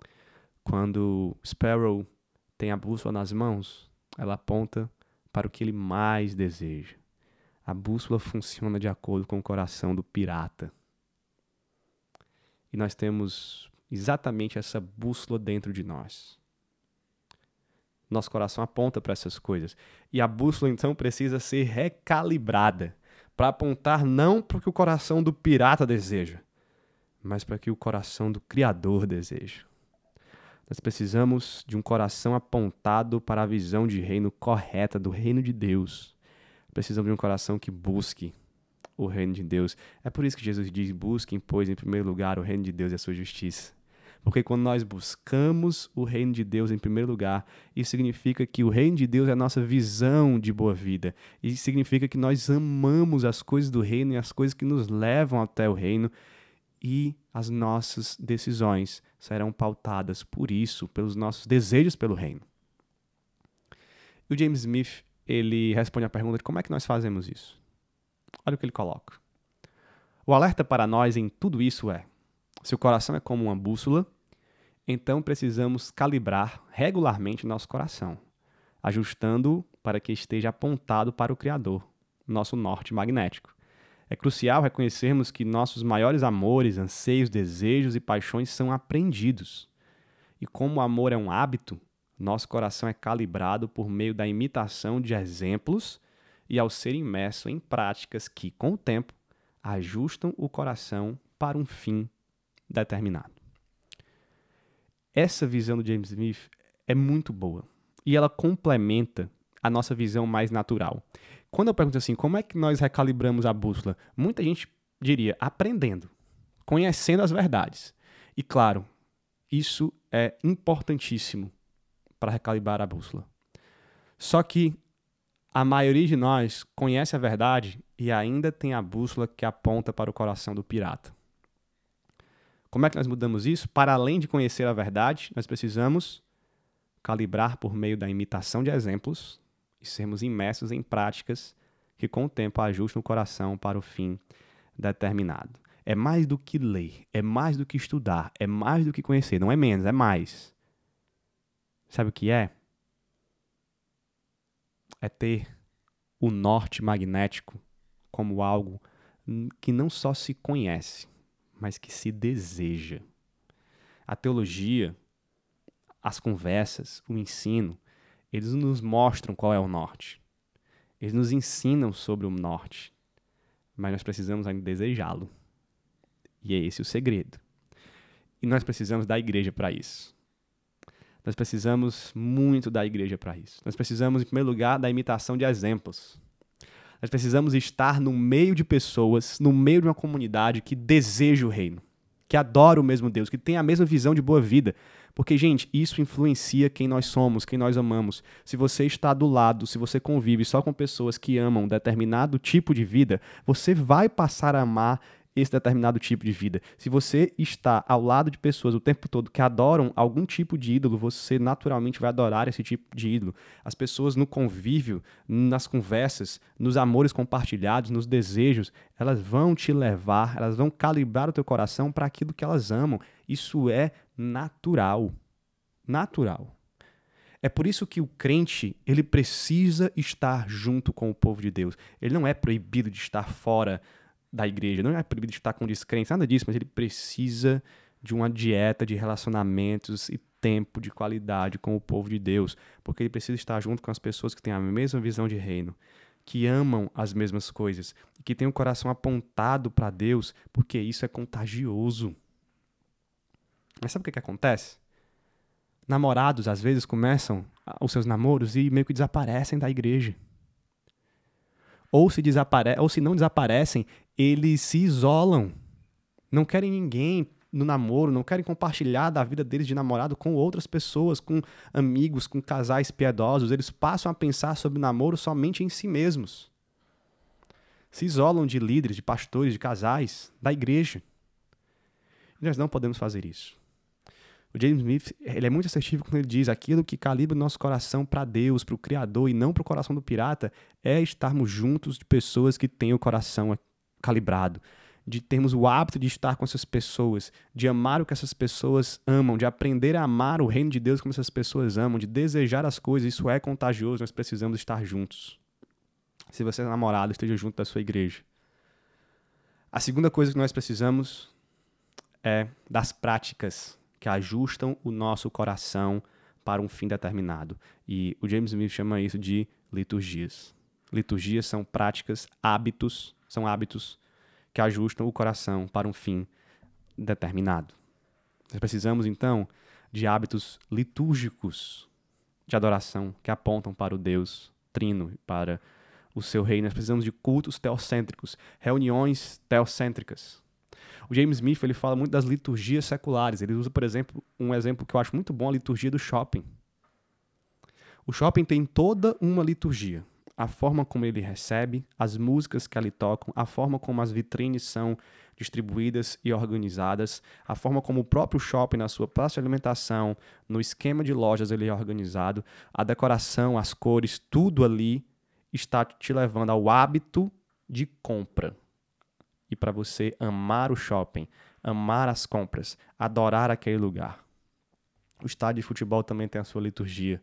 Quando Sparrow tem a bússola nas mãos, ela aponta para o que ele mais deseja. A bússola funciona de acordo com o coração do pirata. E nós temos exatamente essa bússola dentro de nós. Nosso coração aponta para essas coisas. E a bússola, então, precisa ser recalibrada para apontar não para o que o coração do pirata deseja, mas para o que o coração do Criador deseja. Nós precisamos de um coração apontado para a visão de reino correta, do reino de Deus. Precisamos de um coração que busque o reino de Deus. É por isso que Jesus diz: busquem, pois, em primeiro lugar o reino de Deus e a sua justiça. Porque quando nós buscamos o reino de Deus em primeiro lugar, isso significa que o reino de Deus é a nossa visão de boa vida. Isso significa que nós amamos as coisas do reino e as coisas que nos levam até o reino. E as nossas decisões serão pautadas por isso, pelos nossos desejos pelo reino. E o James Smith, ele responde à pergunta de como é que nós fazemos isso. Olha o que ele coloca. O alerta para nós em tudo isso é: se o coração é como uma bússola, então precisamos calibrar regularmente nosso coração, ajustando-o para que esteja apontado para o Criador, nosso norte magnético. É crucial reconhecermos que nossos maiores amores, anseios, desejos e paixões são aprendidos. E como o amor é um hábito, nosso coração é calibrado por meio da imitação de exemplos e ao ser imerso em práticas que, com o tempo, ajustam o coração para um fim determinado. essa visão do James Smith é muito boa. E ela complementa a nossa visão mais natural. Quando eu pergunto assim, como é que nós recalibramos a bússola? Muita gente diria, aprendendo, conhecendo as verdades. E claro, isso é importantíssimo para recalibrar a bússola. Só que a maioria de nós conhece a verdade e ainda tem a bússola que aponta para o coração do pirata. Como é que nós mudamos isso? Para além de conhecer a verdade, nós precisamos calibrar por meio da imitação de exemplos e sermos imersos em práticas que com o tempo ajustam o coração para o fim determinado. É mais do que ler, é mais do que estudar, é mais do que conhecer, não é menos, é mais. Sabe o que é? É ter o norte magnético como algo que não só se conhece, mas que se deseja. A teologia, as conversas, o ensino, eles nos mostram qual é o norte. Eles nos ensinam sobre o norte, mas nós precisamos ainda desejá-lo. E é esse o segredo. E nós precisamos da igreja para isso. Nós precisamos muito da igreja para isso. Nós precisamos, em primeiro lugar, da imitação de exemplos. Nós precisamos estar no meio de pessoas, no meio de uma comunidade que deseja o reino, que adora o mesmo Deus, que tem a mesma visão de boa vida. Porque, gente, isso influencia quem nós somos, quem nós amamos. Se você está do lado, se você convive só com pessoas que amam um determinado tipo de vida, você vai passar a amar esse determinado tipo de vida. Se você está ao lado de pessoas o tempo todo que adoram algum tipo de ídolo, você naturalmente vai adorar esse tipo de ídolo. As pessoas no convívio, nas conversas, nos amores compartilhados, nos desejos, elas vão te levar, elas vão calibrar o teu coração para aquilo que elas amam. Isso é natural. Natural. É por isso que o crente, ele precisa estar junto com o povo de Deus. Ele não é proibido de estar fora da igreja, não é proibido de estar com descrentes, nada disso, mas ele precisa de uma dieta de relacionamentos e tempo de qualidade com o povo de Deus, porque ele precisa estar junto com as pessoas que têm a mesma visão de reino, que amam as mesmas coisas, que têm o coração apontado para Deus, porque isso é contagioso. Mas sabe o que, que acontece? Namorados, às vezes, começam os seus namoros e meio que desaparecem da igreja. Ou se, desapare... Ou se não desaparecem, eles se isolam. Não querem ninguém no namoro, não querem compartilhar da vida deles de namorado com outras pessoas, com amigos, com casais piedosos. Eles passam a pensar sobre o namoro somente em si mesmos. Se isolam de líderes, de pastores, de casais, da igreja. E nós não podemos fazer isso. O James Smith, ele é muito assertivo quando ele diz aquilo que calibra o nosso coração para Deus, para o Criador e não para o coração do pirata, é estarmos juntos de pessoas que têm o coração calibrado, de termos o hábito de estar com essas pessoas, de amar o que essas pessoas amam, de aprender a amar o reino de Deus como essas pessoas amam, de desejar as coisas. Isso é contagioso, nós precisamos estar juntos. Se você é namorado, esteja junto da sua igreja. A segunda coisa que nós precisamos é das práticas que ajustam o nosso coração para um fim determinado. E o James Smith chama isso de liturgias. Liturgias são práticas, hábitos, são hábitos que ajustam o coração para um fim determinado. Nós precisamos, então, de hábitos litúrgicos de adoração que apontam para o Deus Trino, para o seu reino. Nós precisamos de cultos teocêntricos, reuniões teocêntricas. O James Smith, ele fala muito das liturgias seculares. Ele usa, por exemplo, um exemplo que eu acho muito bom, a liturgia do shopping. O shopping tem toda uma liturgia. A forma como ele recebe, as músicas que ali tocam, a forma como as vitrines são distribuídas e organizadas, a forma como o próprio shopping, na sua praça de alimentação, no esquema de lojas, ele é organizado, a decoração, as cores, tudo ali está te levando ao hábito de compra. E para você amar o shopping, amar as compras, adorar aquele lugar. O estádio de futebol também tem a sua liturgia.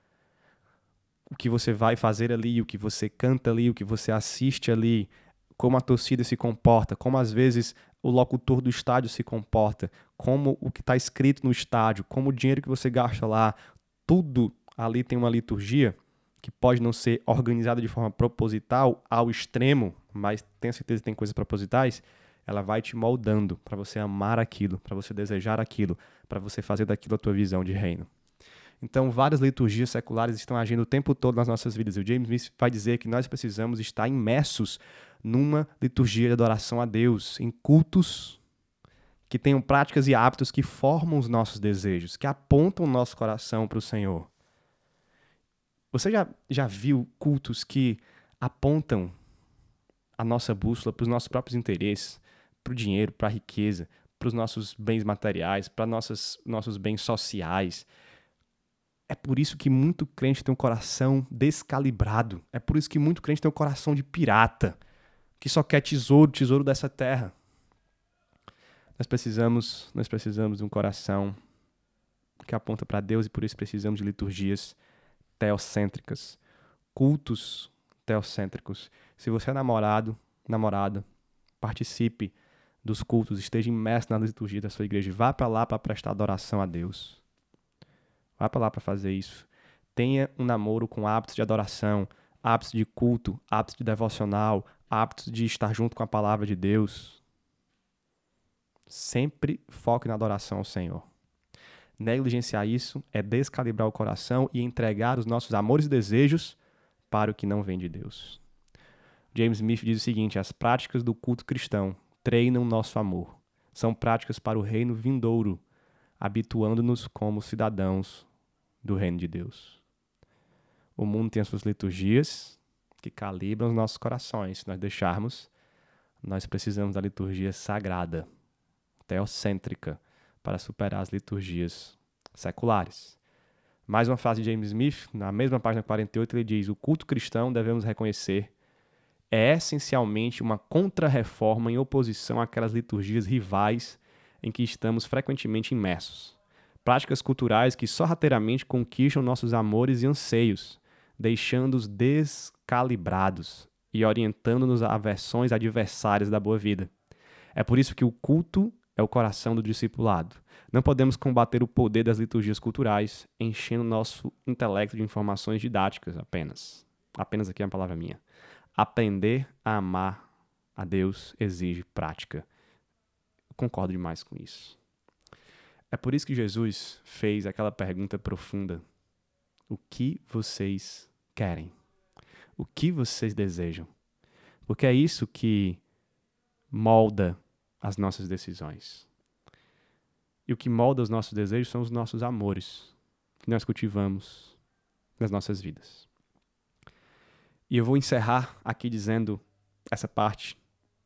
O que você vai fazer ali, o que você canta ali, o que você assiste ali, como a torcida se comporta, como às vezes o locutor do estádio se comporta, como o que está escrito no estádio, como o dinheiro que você gasta lá, tudo ali tem uma liturgia que pode não ser organizada de forma proposital ao extremo, mas tenho certeza que tem coisas propositais. ela vai te moldando para você amar aquilo, para você desejar aquilo, para você fazer daquilo a tua visão de reino. Então, várias liturgias seculares estão agindo o tempo todo nas nossas vidas. E o James Smith vai dizer que nós precisamos estar imersos numa liturgia de adoração a Deus, em cultos que tenham práticas e hábitos que formam os nossos desejos, que apontam o nosso coração para o Senhor. Você já, já viu cultos que apontam a nossa bússola para os nossos próprios interesses, para o dinheiro, para a riqueza, para os nossos bens materiais, para nossos nossos bens sociais? É por isso que muito crente tem um coração descalibrado. É por isso que muito crente tem um coração de pirata, que só quer tesouro, tesouro dessa terra. Nós precisamos, nós precisamos de um coração que aponta para Deus e por isso precisamos de liturgias teocêntricas, cultos teocêntricos. Se você é namorado, namorada, participe dos cultos, esteja imerso na liturgia da sua igreja, vá para lá para prestar adoração a Deus. Vá para lá para fazer isso. Tenha um namoro com hábitos de adoração, hábitos de culto, hábitos de devocional, hábitos de estar junto com a palavra de Deus. Sempre foque na adoração ao Senhor. Negligenciar isso é descalibrar o coração e entregar os nossos amores e desejos para o que não vem de Deus. James Smith diz o seguinte: as práticas do culto cristão treinam nosso amor. São práticas para o reino vindouro, habituando-nos como cidadãos do reino de Deus. O mundo tem as suas liturgias que calibram os nossos corações. Se nós deixarmos, nós precisamos da liturgia sagrada, teocêntrica, para superar as liturgias seculares. Mais uma frase de James Smith, na mesma página quarenta e oito, ele diz: o culto cristão, devemos reconhecer, é essencialmente uma contra-reforma em oposição àquelas liturgias rivais em que estamos frequentemente imersos. Práticas culturais que sorrateiramente conquistam nossos amores e anseios, deixando-os descalibrados e orientando-nos a versões adversárias da boa vida. É por isso que o culto é o coração do discipulado. Não podemos combater o poder das liturgias culturais enchendo nosso intelecto de informações didáticas apenas. Apenas aqui é uma palavra minha. Aprender a amar a Deus exige prática. Eu concordo demais com isso. É por isso que Jesus fez aquela pergunta profunda: o que vocês querem? O que vocês desejam? Porque é isso que molda as nossas decisões. E o que molda os nossos desejos são os nossos amores que nós cultivamos nas nossas vidas. E eu vou encerrar aqui dizendo essa parte,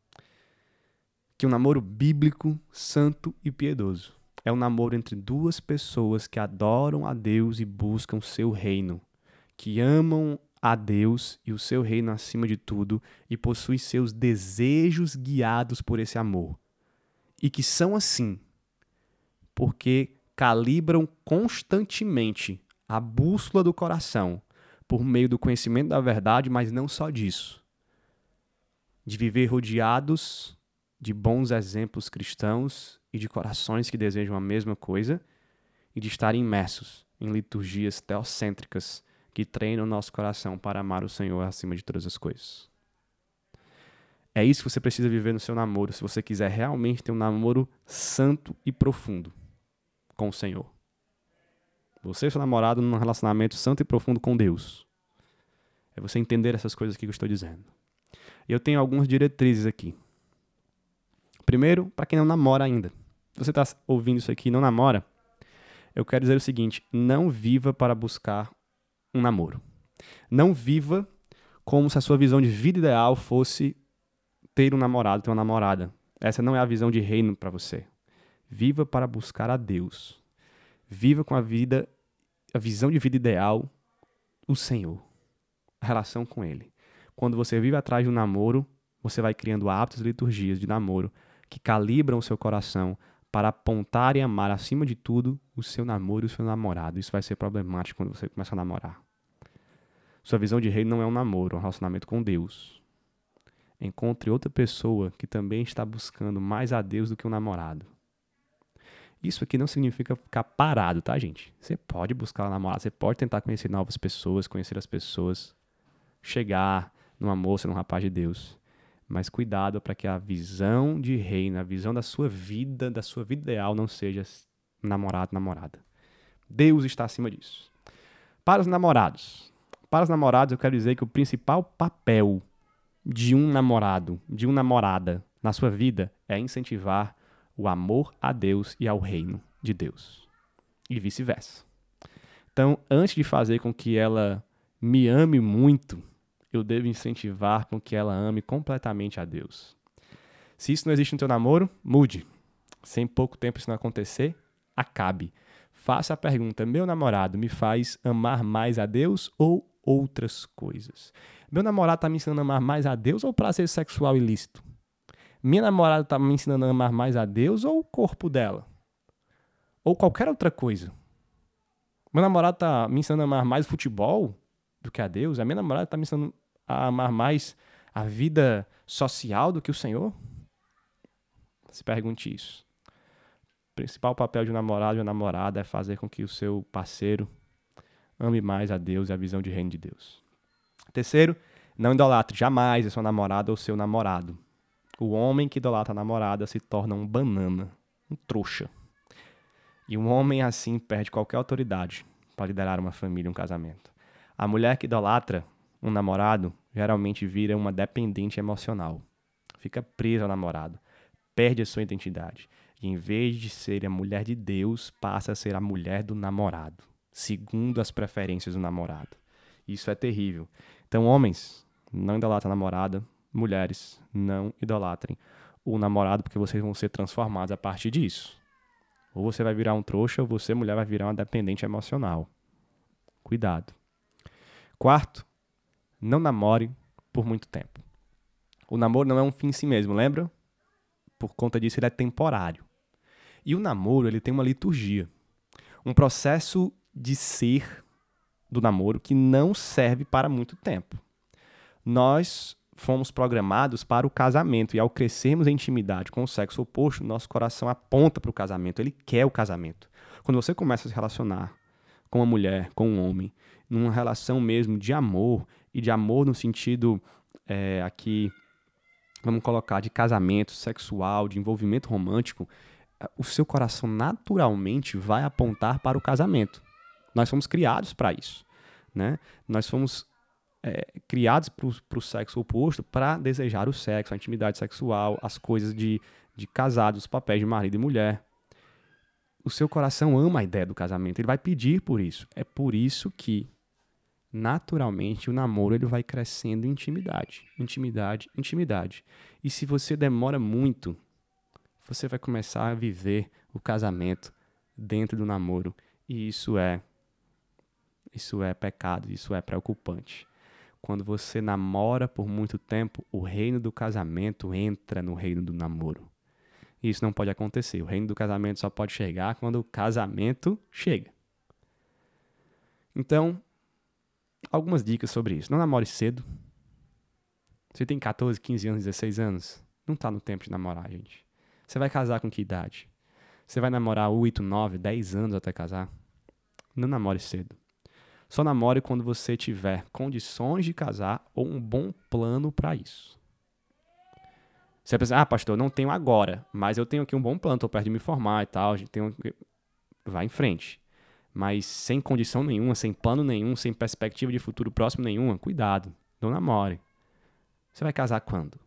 que o namoro bíblico, santo e piedoso é um namoro entre duas pessoas que adoram a Deus e buscam o seu reino, que amam a Deus e o seu reino acima de tudo e possuem seus desejos guiados por esse amor. E que são assim porque calibram constantemente a bússola do coração por meio do conhecimento da verdade, mas não só disso. De viver rodeados de bons exemplos cristãos e de corações que desejam a mesma coisa e de estar imersos em liturgias teocêntricas que treinam o nosso coração para amar o Senhor acima de todas as coisas. É isso que você precisa viver no seu namoro, se você quiser realmente ter um namoro santo e profundo com o Senhor. Você e seu namorado num relacionamento santo e profundo com Deus. É você entender essas coisas que eu estou dizendo. E eu tenho algumas diretrizes aqui. Primeiro, para quem não namora ainda. Se você está ouvindo isso aqui e não namora, eu quero dizer o seguinte: não viva para buscar um namoro. Não viva como se a sua visão de vida ideal fosse ter um namorado, ter uma namorada. Essa não é a visão de reino para você. Viva para buscar a Deus. Viva com a vida, a visão de vida ideal, o Senhor. A relação com Ele. Quando você vive atrás de um namoro, você vai criando hábitos e liturgias de namoro que calibram o seu coração para apontar e amar, acima de tudo, o seu namoro e o seu namorado. Isso vai ser problemático quando você começa a namorar. Sua visão de reino não é um namoro, é um relacionamento com Deus. Encontre outra pessoa que também está buscando mais a Deus do que um namorado. Isso aqui não significa ficar parado, tá, gente? Você pode buscar um namorado, você pode tentar conhecer novas pessoas, conhecer as pessoas, chegar numa moça, num rapaz de Deus. Mas cuidado para que a visão de reino, a visão da sua vida, da sua vida ideal, não seja namorado, namorada. Deus está acima disso. Para os namorados. Para os namorados, eu quero dizer que o principal papel de um namorado, de uma namorada na sua vida é incentivar o amor a Deus e ao reino de Deus. E vice-versa. Então, antes de fazer com que ela me ame muito, eu devo incentivar com que ela ame completamente a Deus. Se isso não existe no teu namoro, mude. Se em pouco tempo isso não acontecer, acabe. Faça a pergunta, meu namorado me faz amar mais a Deus ou outras coisas? Meu namorado está me ensinando a amar mais a Deus ou prazer sexual ilícito? Minha namorada está me ensinando a amar mais a Deus ou o corpo dela? Ou qualquer outra coisa? Meu namorado está me ensinando a amar mais futebol do que a Deus? A minha namorada está me ensinando a amar mais a vida social do que o Senhor? Se pergunte isso. O principal papel de um namorado e uma namorada é fazer com que o seu parceiro ame mais a Deus e a visão de reino de Deus. Terceiro, não idolatre jamais a sua namorada ou seu namorado. O homem que idolatra a namorada se torna um banana, um trouxa. E um homem assim perde qualquer autoridade para liderar uma família, um casamento. A mulher que idolatra um namorado geralmente vira uma dependente emocional. Fica presa ao namorado, perde a sua identidade. E em vez de ser a mulher de Deus, passa a ser a mulher do namorado, segundo as preferências do namorado. Isso é terrível. Então, homens, não idolatrem a namorada. Mulheres, não idolatrem o namorado, porque vocês vão ser transformados a partir disso. Ou você vai virar um trouxa, ou você, mulher, vai virar uma dependente emocional. Cuidado. Quarto, não namore por muito tempo. O namoro não é um fim em si mesmo, lembra? Por conta disso, ele é temporário. E o namoro, ele tem uma liturgia. Um processo de ser do namoro que não serve para muito tempo. Nós fomos programados para o casamento, e ao crescermos em intimidade com o sexo oposto, nosso coração aponta para o casamento, ele quer o casamento. Quando você começa a se relacionar com uma mulher, com um homem, numa relação mesmo de amor, e de amor no sentido é, aqui, vamos colocar, de casamento sexual, de envolvimento romântico, o seu coração naturalmente vai apontar para o casamento. Nós fomos criados para isso, né? Nós fomos É, criados para o sexo oposto para desejar o sexo, a intimidade sexual, as coisas de, de casado, os papéis de marido e mulher. O seu coração ama a ideia do casamento, ele vai pedir por isso. É por isso que, naturalmente, o namoro ele vai crescendo em intimidade, intimidade, intimidade. E se você demora muito, você vai começar a viver o casamento dentro do namoro. E isso é, isso é pecado, isso é preocupante. Quando você namora por muito tempo, o reino do casamento entra no reino do namoro. Isso não pode acontecer. O reino do casamento só pode chegar quando o casamento chega. Então, algumas dicas sobre isso. Não namore cedo. Você tem catorze, quinze anos, dezesseis anos? Não está no tempo de namorar, gente. Você vai casar com que idade? Você vai namorar oito, nove, dez anos até casar? Não namore cedo. Só namore quando você tiver condições de casar ou um bom plano para isso. Você vai pensar, ah, pastor, não tenho agora, mas eu tenho aqui um bom plano, estou perto de me formar e tal. A gente tem um... Vai em frente. Mas sem condição nenhuma, sem plano nenhum, sem perspectiva de futuro próximo nenhuma, cuidado, não namore. Você vai casar quando?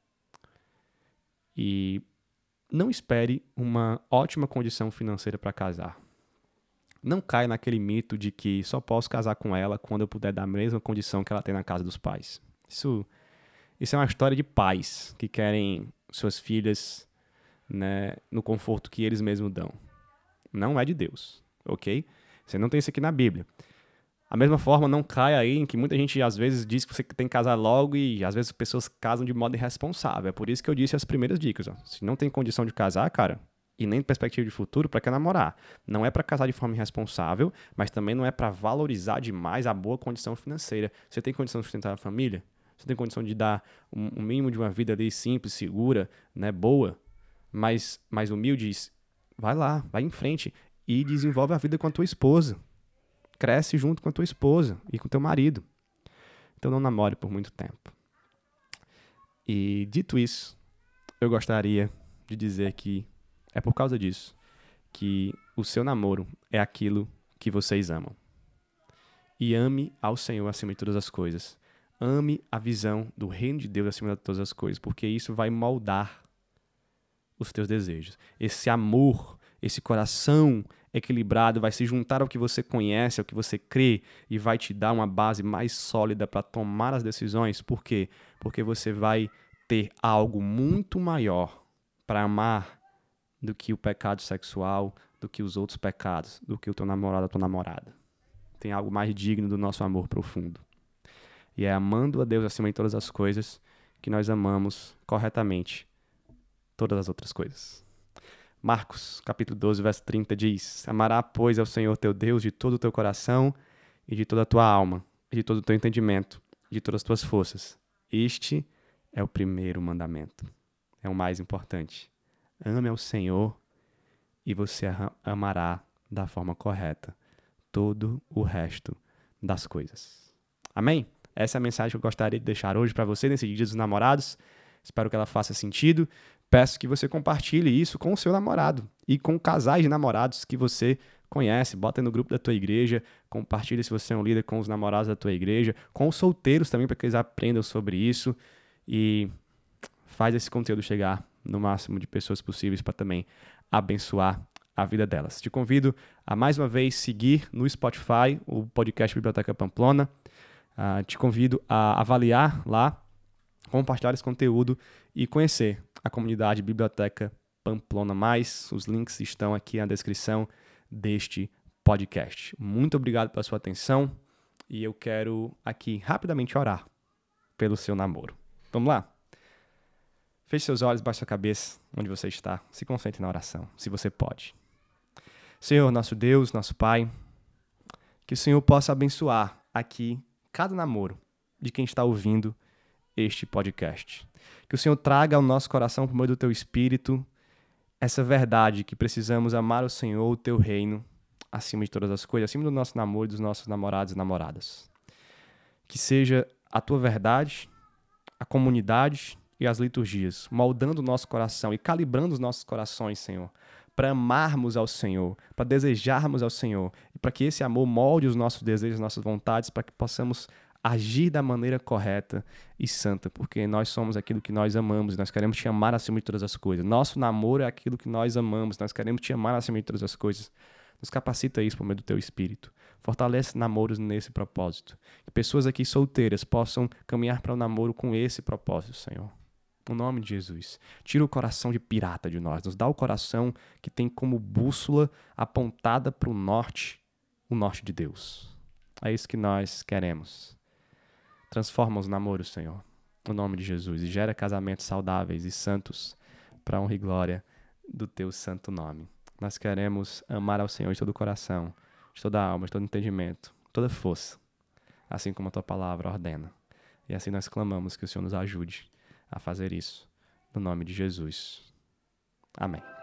E não espere uma ótima condição financeira para casar. Não caia naquele mito de que só posso casar com ela quando eu puder dar a mesma condição que ela tem na casa dos pais. Isso, isso é uma história de pais que querem suas filhas, né, no conforto que eles mesmos dão. Não é de Deus, ok? Você não tem isso aqui na Bíblia. Da mesma forma, não caia aí em que muita gente às vezes diz que você tem que casar logo e às vezes as pessoas casam de modo irresponsável. É por isso que eu disse as primeiras dicas. Ó. Se não tem condição de casar, cara... e nem perspectiva de futuro, para que namorar? Não é para casar de forma irresponsável, mas também não é para valorizar demais a boa condição financeira. Você tem condição de sustentar a família? Você tem condição de dar um, um mínimo de uma vida ali simples, segura, né, boa, mais, mais humilde? Vai lá, vai em frente e desenvolve a vida com a tua esposa. Cresce junto com a tua esposa e com o teu marido. Então não namore por muito tempo. E dito isso, eu gostaria de dizer que é por causa disso que o seu namoro é aquilo que vocês amam. E ame ao Senhor acima de todas as coisas. Ame a visão do reino de Deus acima de todas as coisas, porque isso vai moldar os teus desejos. Esse amor, esse coração equilibrado vai se juntar ao que você conhece, ao que você crê, e vai te dar uma base mais sólida para tomar as decisões. Por quê? Porque você vai ter algo muito maior para amar do que o pecado sexual, do que os outros pecados, do que o teu namorado ou a tua namorada. Tem algo mais digno do nosso amor profundo. E é amando a Deus acima de todas as coisas que nós amamos corretamente todas as outras coisas. Marcos, capítulo doze, verso trinta diz: Amará, pois, ao Senhor teu Deus de todo o teu coração e de toda a tua alma, e de todo o teu entendimento, e de todas as tuas forças. Este é o primeiro mandamento. É o mais importante. Ame ao Senhor e você amará da forma correta todo o resto das coisas. Amém? Essa é a mensagem que eu gostaria de deixar hoje para você nesse Dia dos Namorados. Espero que ela faça sentido. Peço que você compartilhe isso com o seu namorado e com casais de namorados que você conhece. Bota aí no grupo da tua igreja, compartilhe se você é um líder com os namorados da tua igreja, com os solteiros também, para que eles aprendam sobre isso, e faz esse conteúdo chegar no máximo de pessoas possíveis para também abençoar a vida delas. Te convido a mais uma vez seguir no Spotify o podcast Biblioteca Pamplona. Uh, te convido a avaliar lá, compartilhar esse conteúdo e conhecer a comunidade Biblioteca Pamplona Mais. Os links estão aqui na descrição deste podcast. Muito obrigado pela sua atenção e eu quero aqui rapidamente orar pelo seu namoro. Vamos lá? Feche seus olhos, baixe sua cabeça onde você está. Se concentre na oração, se você pode. Senhor, nosso Deus, nosso Pai, que o Senhor possa abençoar aqui cada namoro de quem está ouvindo este podcast. Que o Senhor traga ao nosso coração, por meio do Teu Espírito, essa verdade que precisamos amar o Senhor, o Teu reino, acima de todas as coisas, acima do nosso namoro e dos nossos namorados e namoradas. Que seja a Tua verdade, a comunidade e as liturgias, moldando o nosso coração e calibrando os nossos corações, Senhor, para amarmos ao Senhor, para desejarmos ao Senhor, e para que esse amor molde os nossos desejos, as nossas vontades, para que possamos agir da maneira correta e santa, porque nós somos aquilo que nós amamos, nós queremos te amar acima de todas as coisas. Nosso namoro é aquilo que nós amamos, nós queremos te amar acima de todas as coisas. Nos capacita isso por meio do Teu Espírito. Fortalece namoros nesse propósito. Que pessoas aqui solteiras possam caminhar para o namoro com esse propósito, Senhor. No nome de Jesus. Tira o coração de pirata de nós. Nos dá o coração que tem como bússola apontada para o norte, o norte de Deus. É isso que nós queremos. Transforma os namoros, Senhor, no nome de Jesus, e gera casamentos saudáveis e santos para a honra e glória do Teu santo nome. Nós queremos amar ao Senhor de todo o coração, de toda a alma, de todo entendimento, toda força, assim como a Tua palavra ordena. E assim nós clamamos que o Senhor nos ajude a fazer isso, no nome de Jesus. Amém.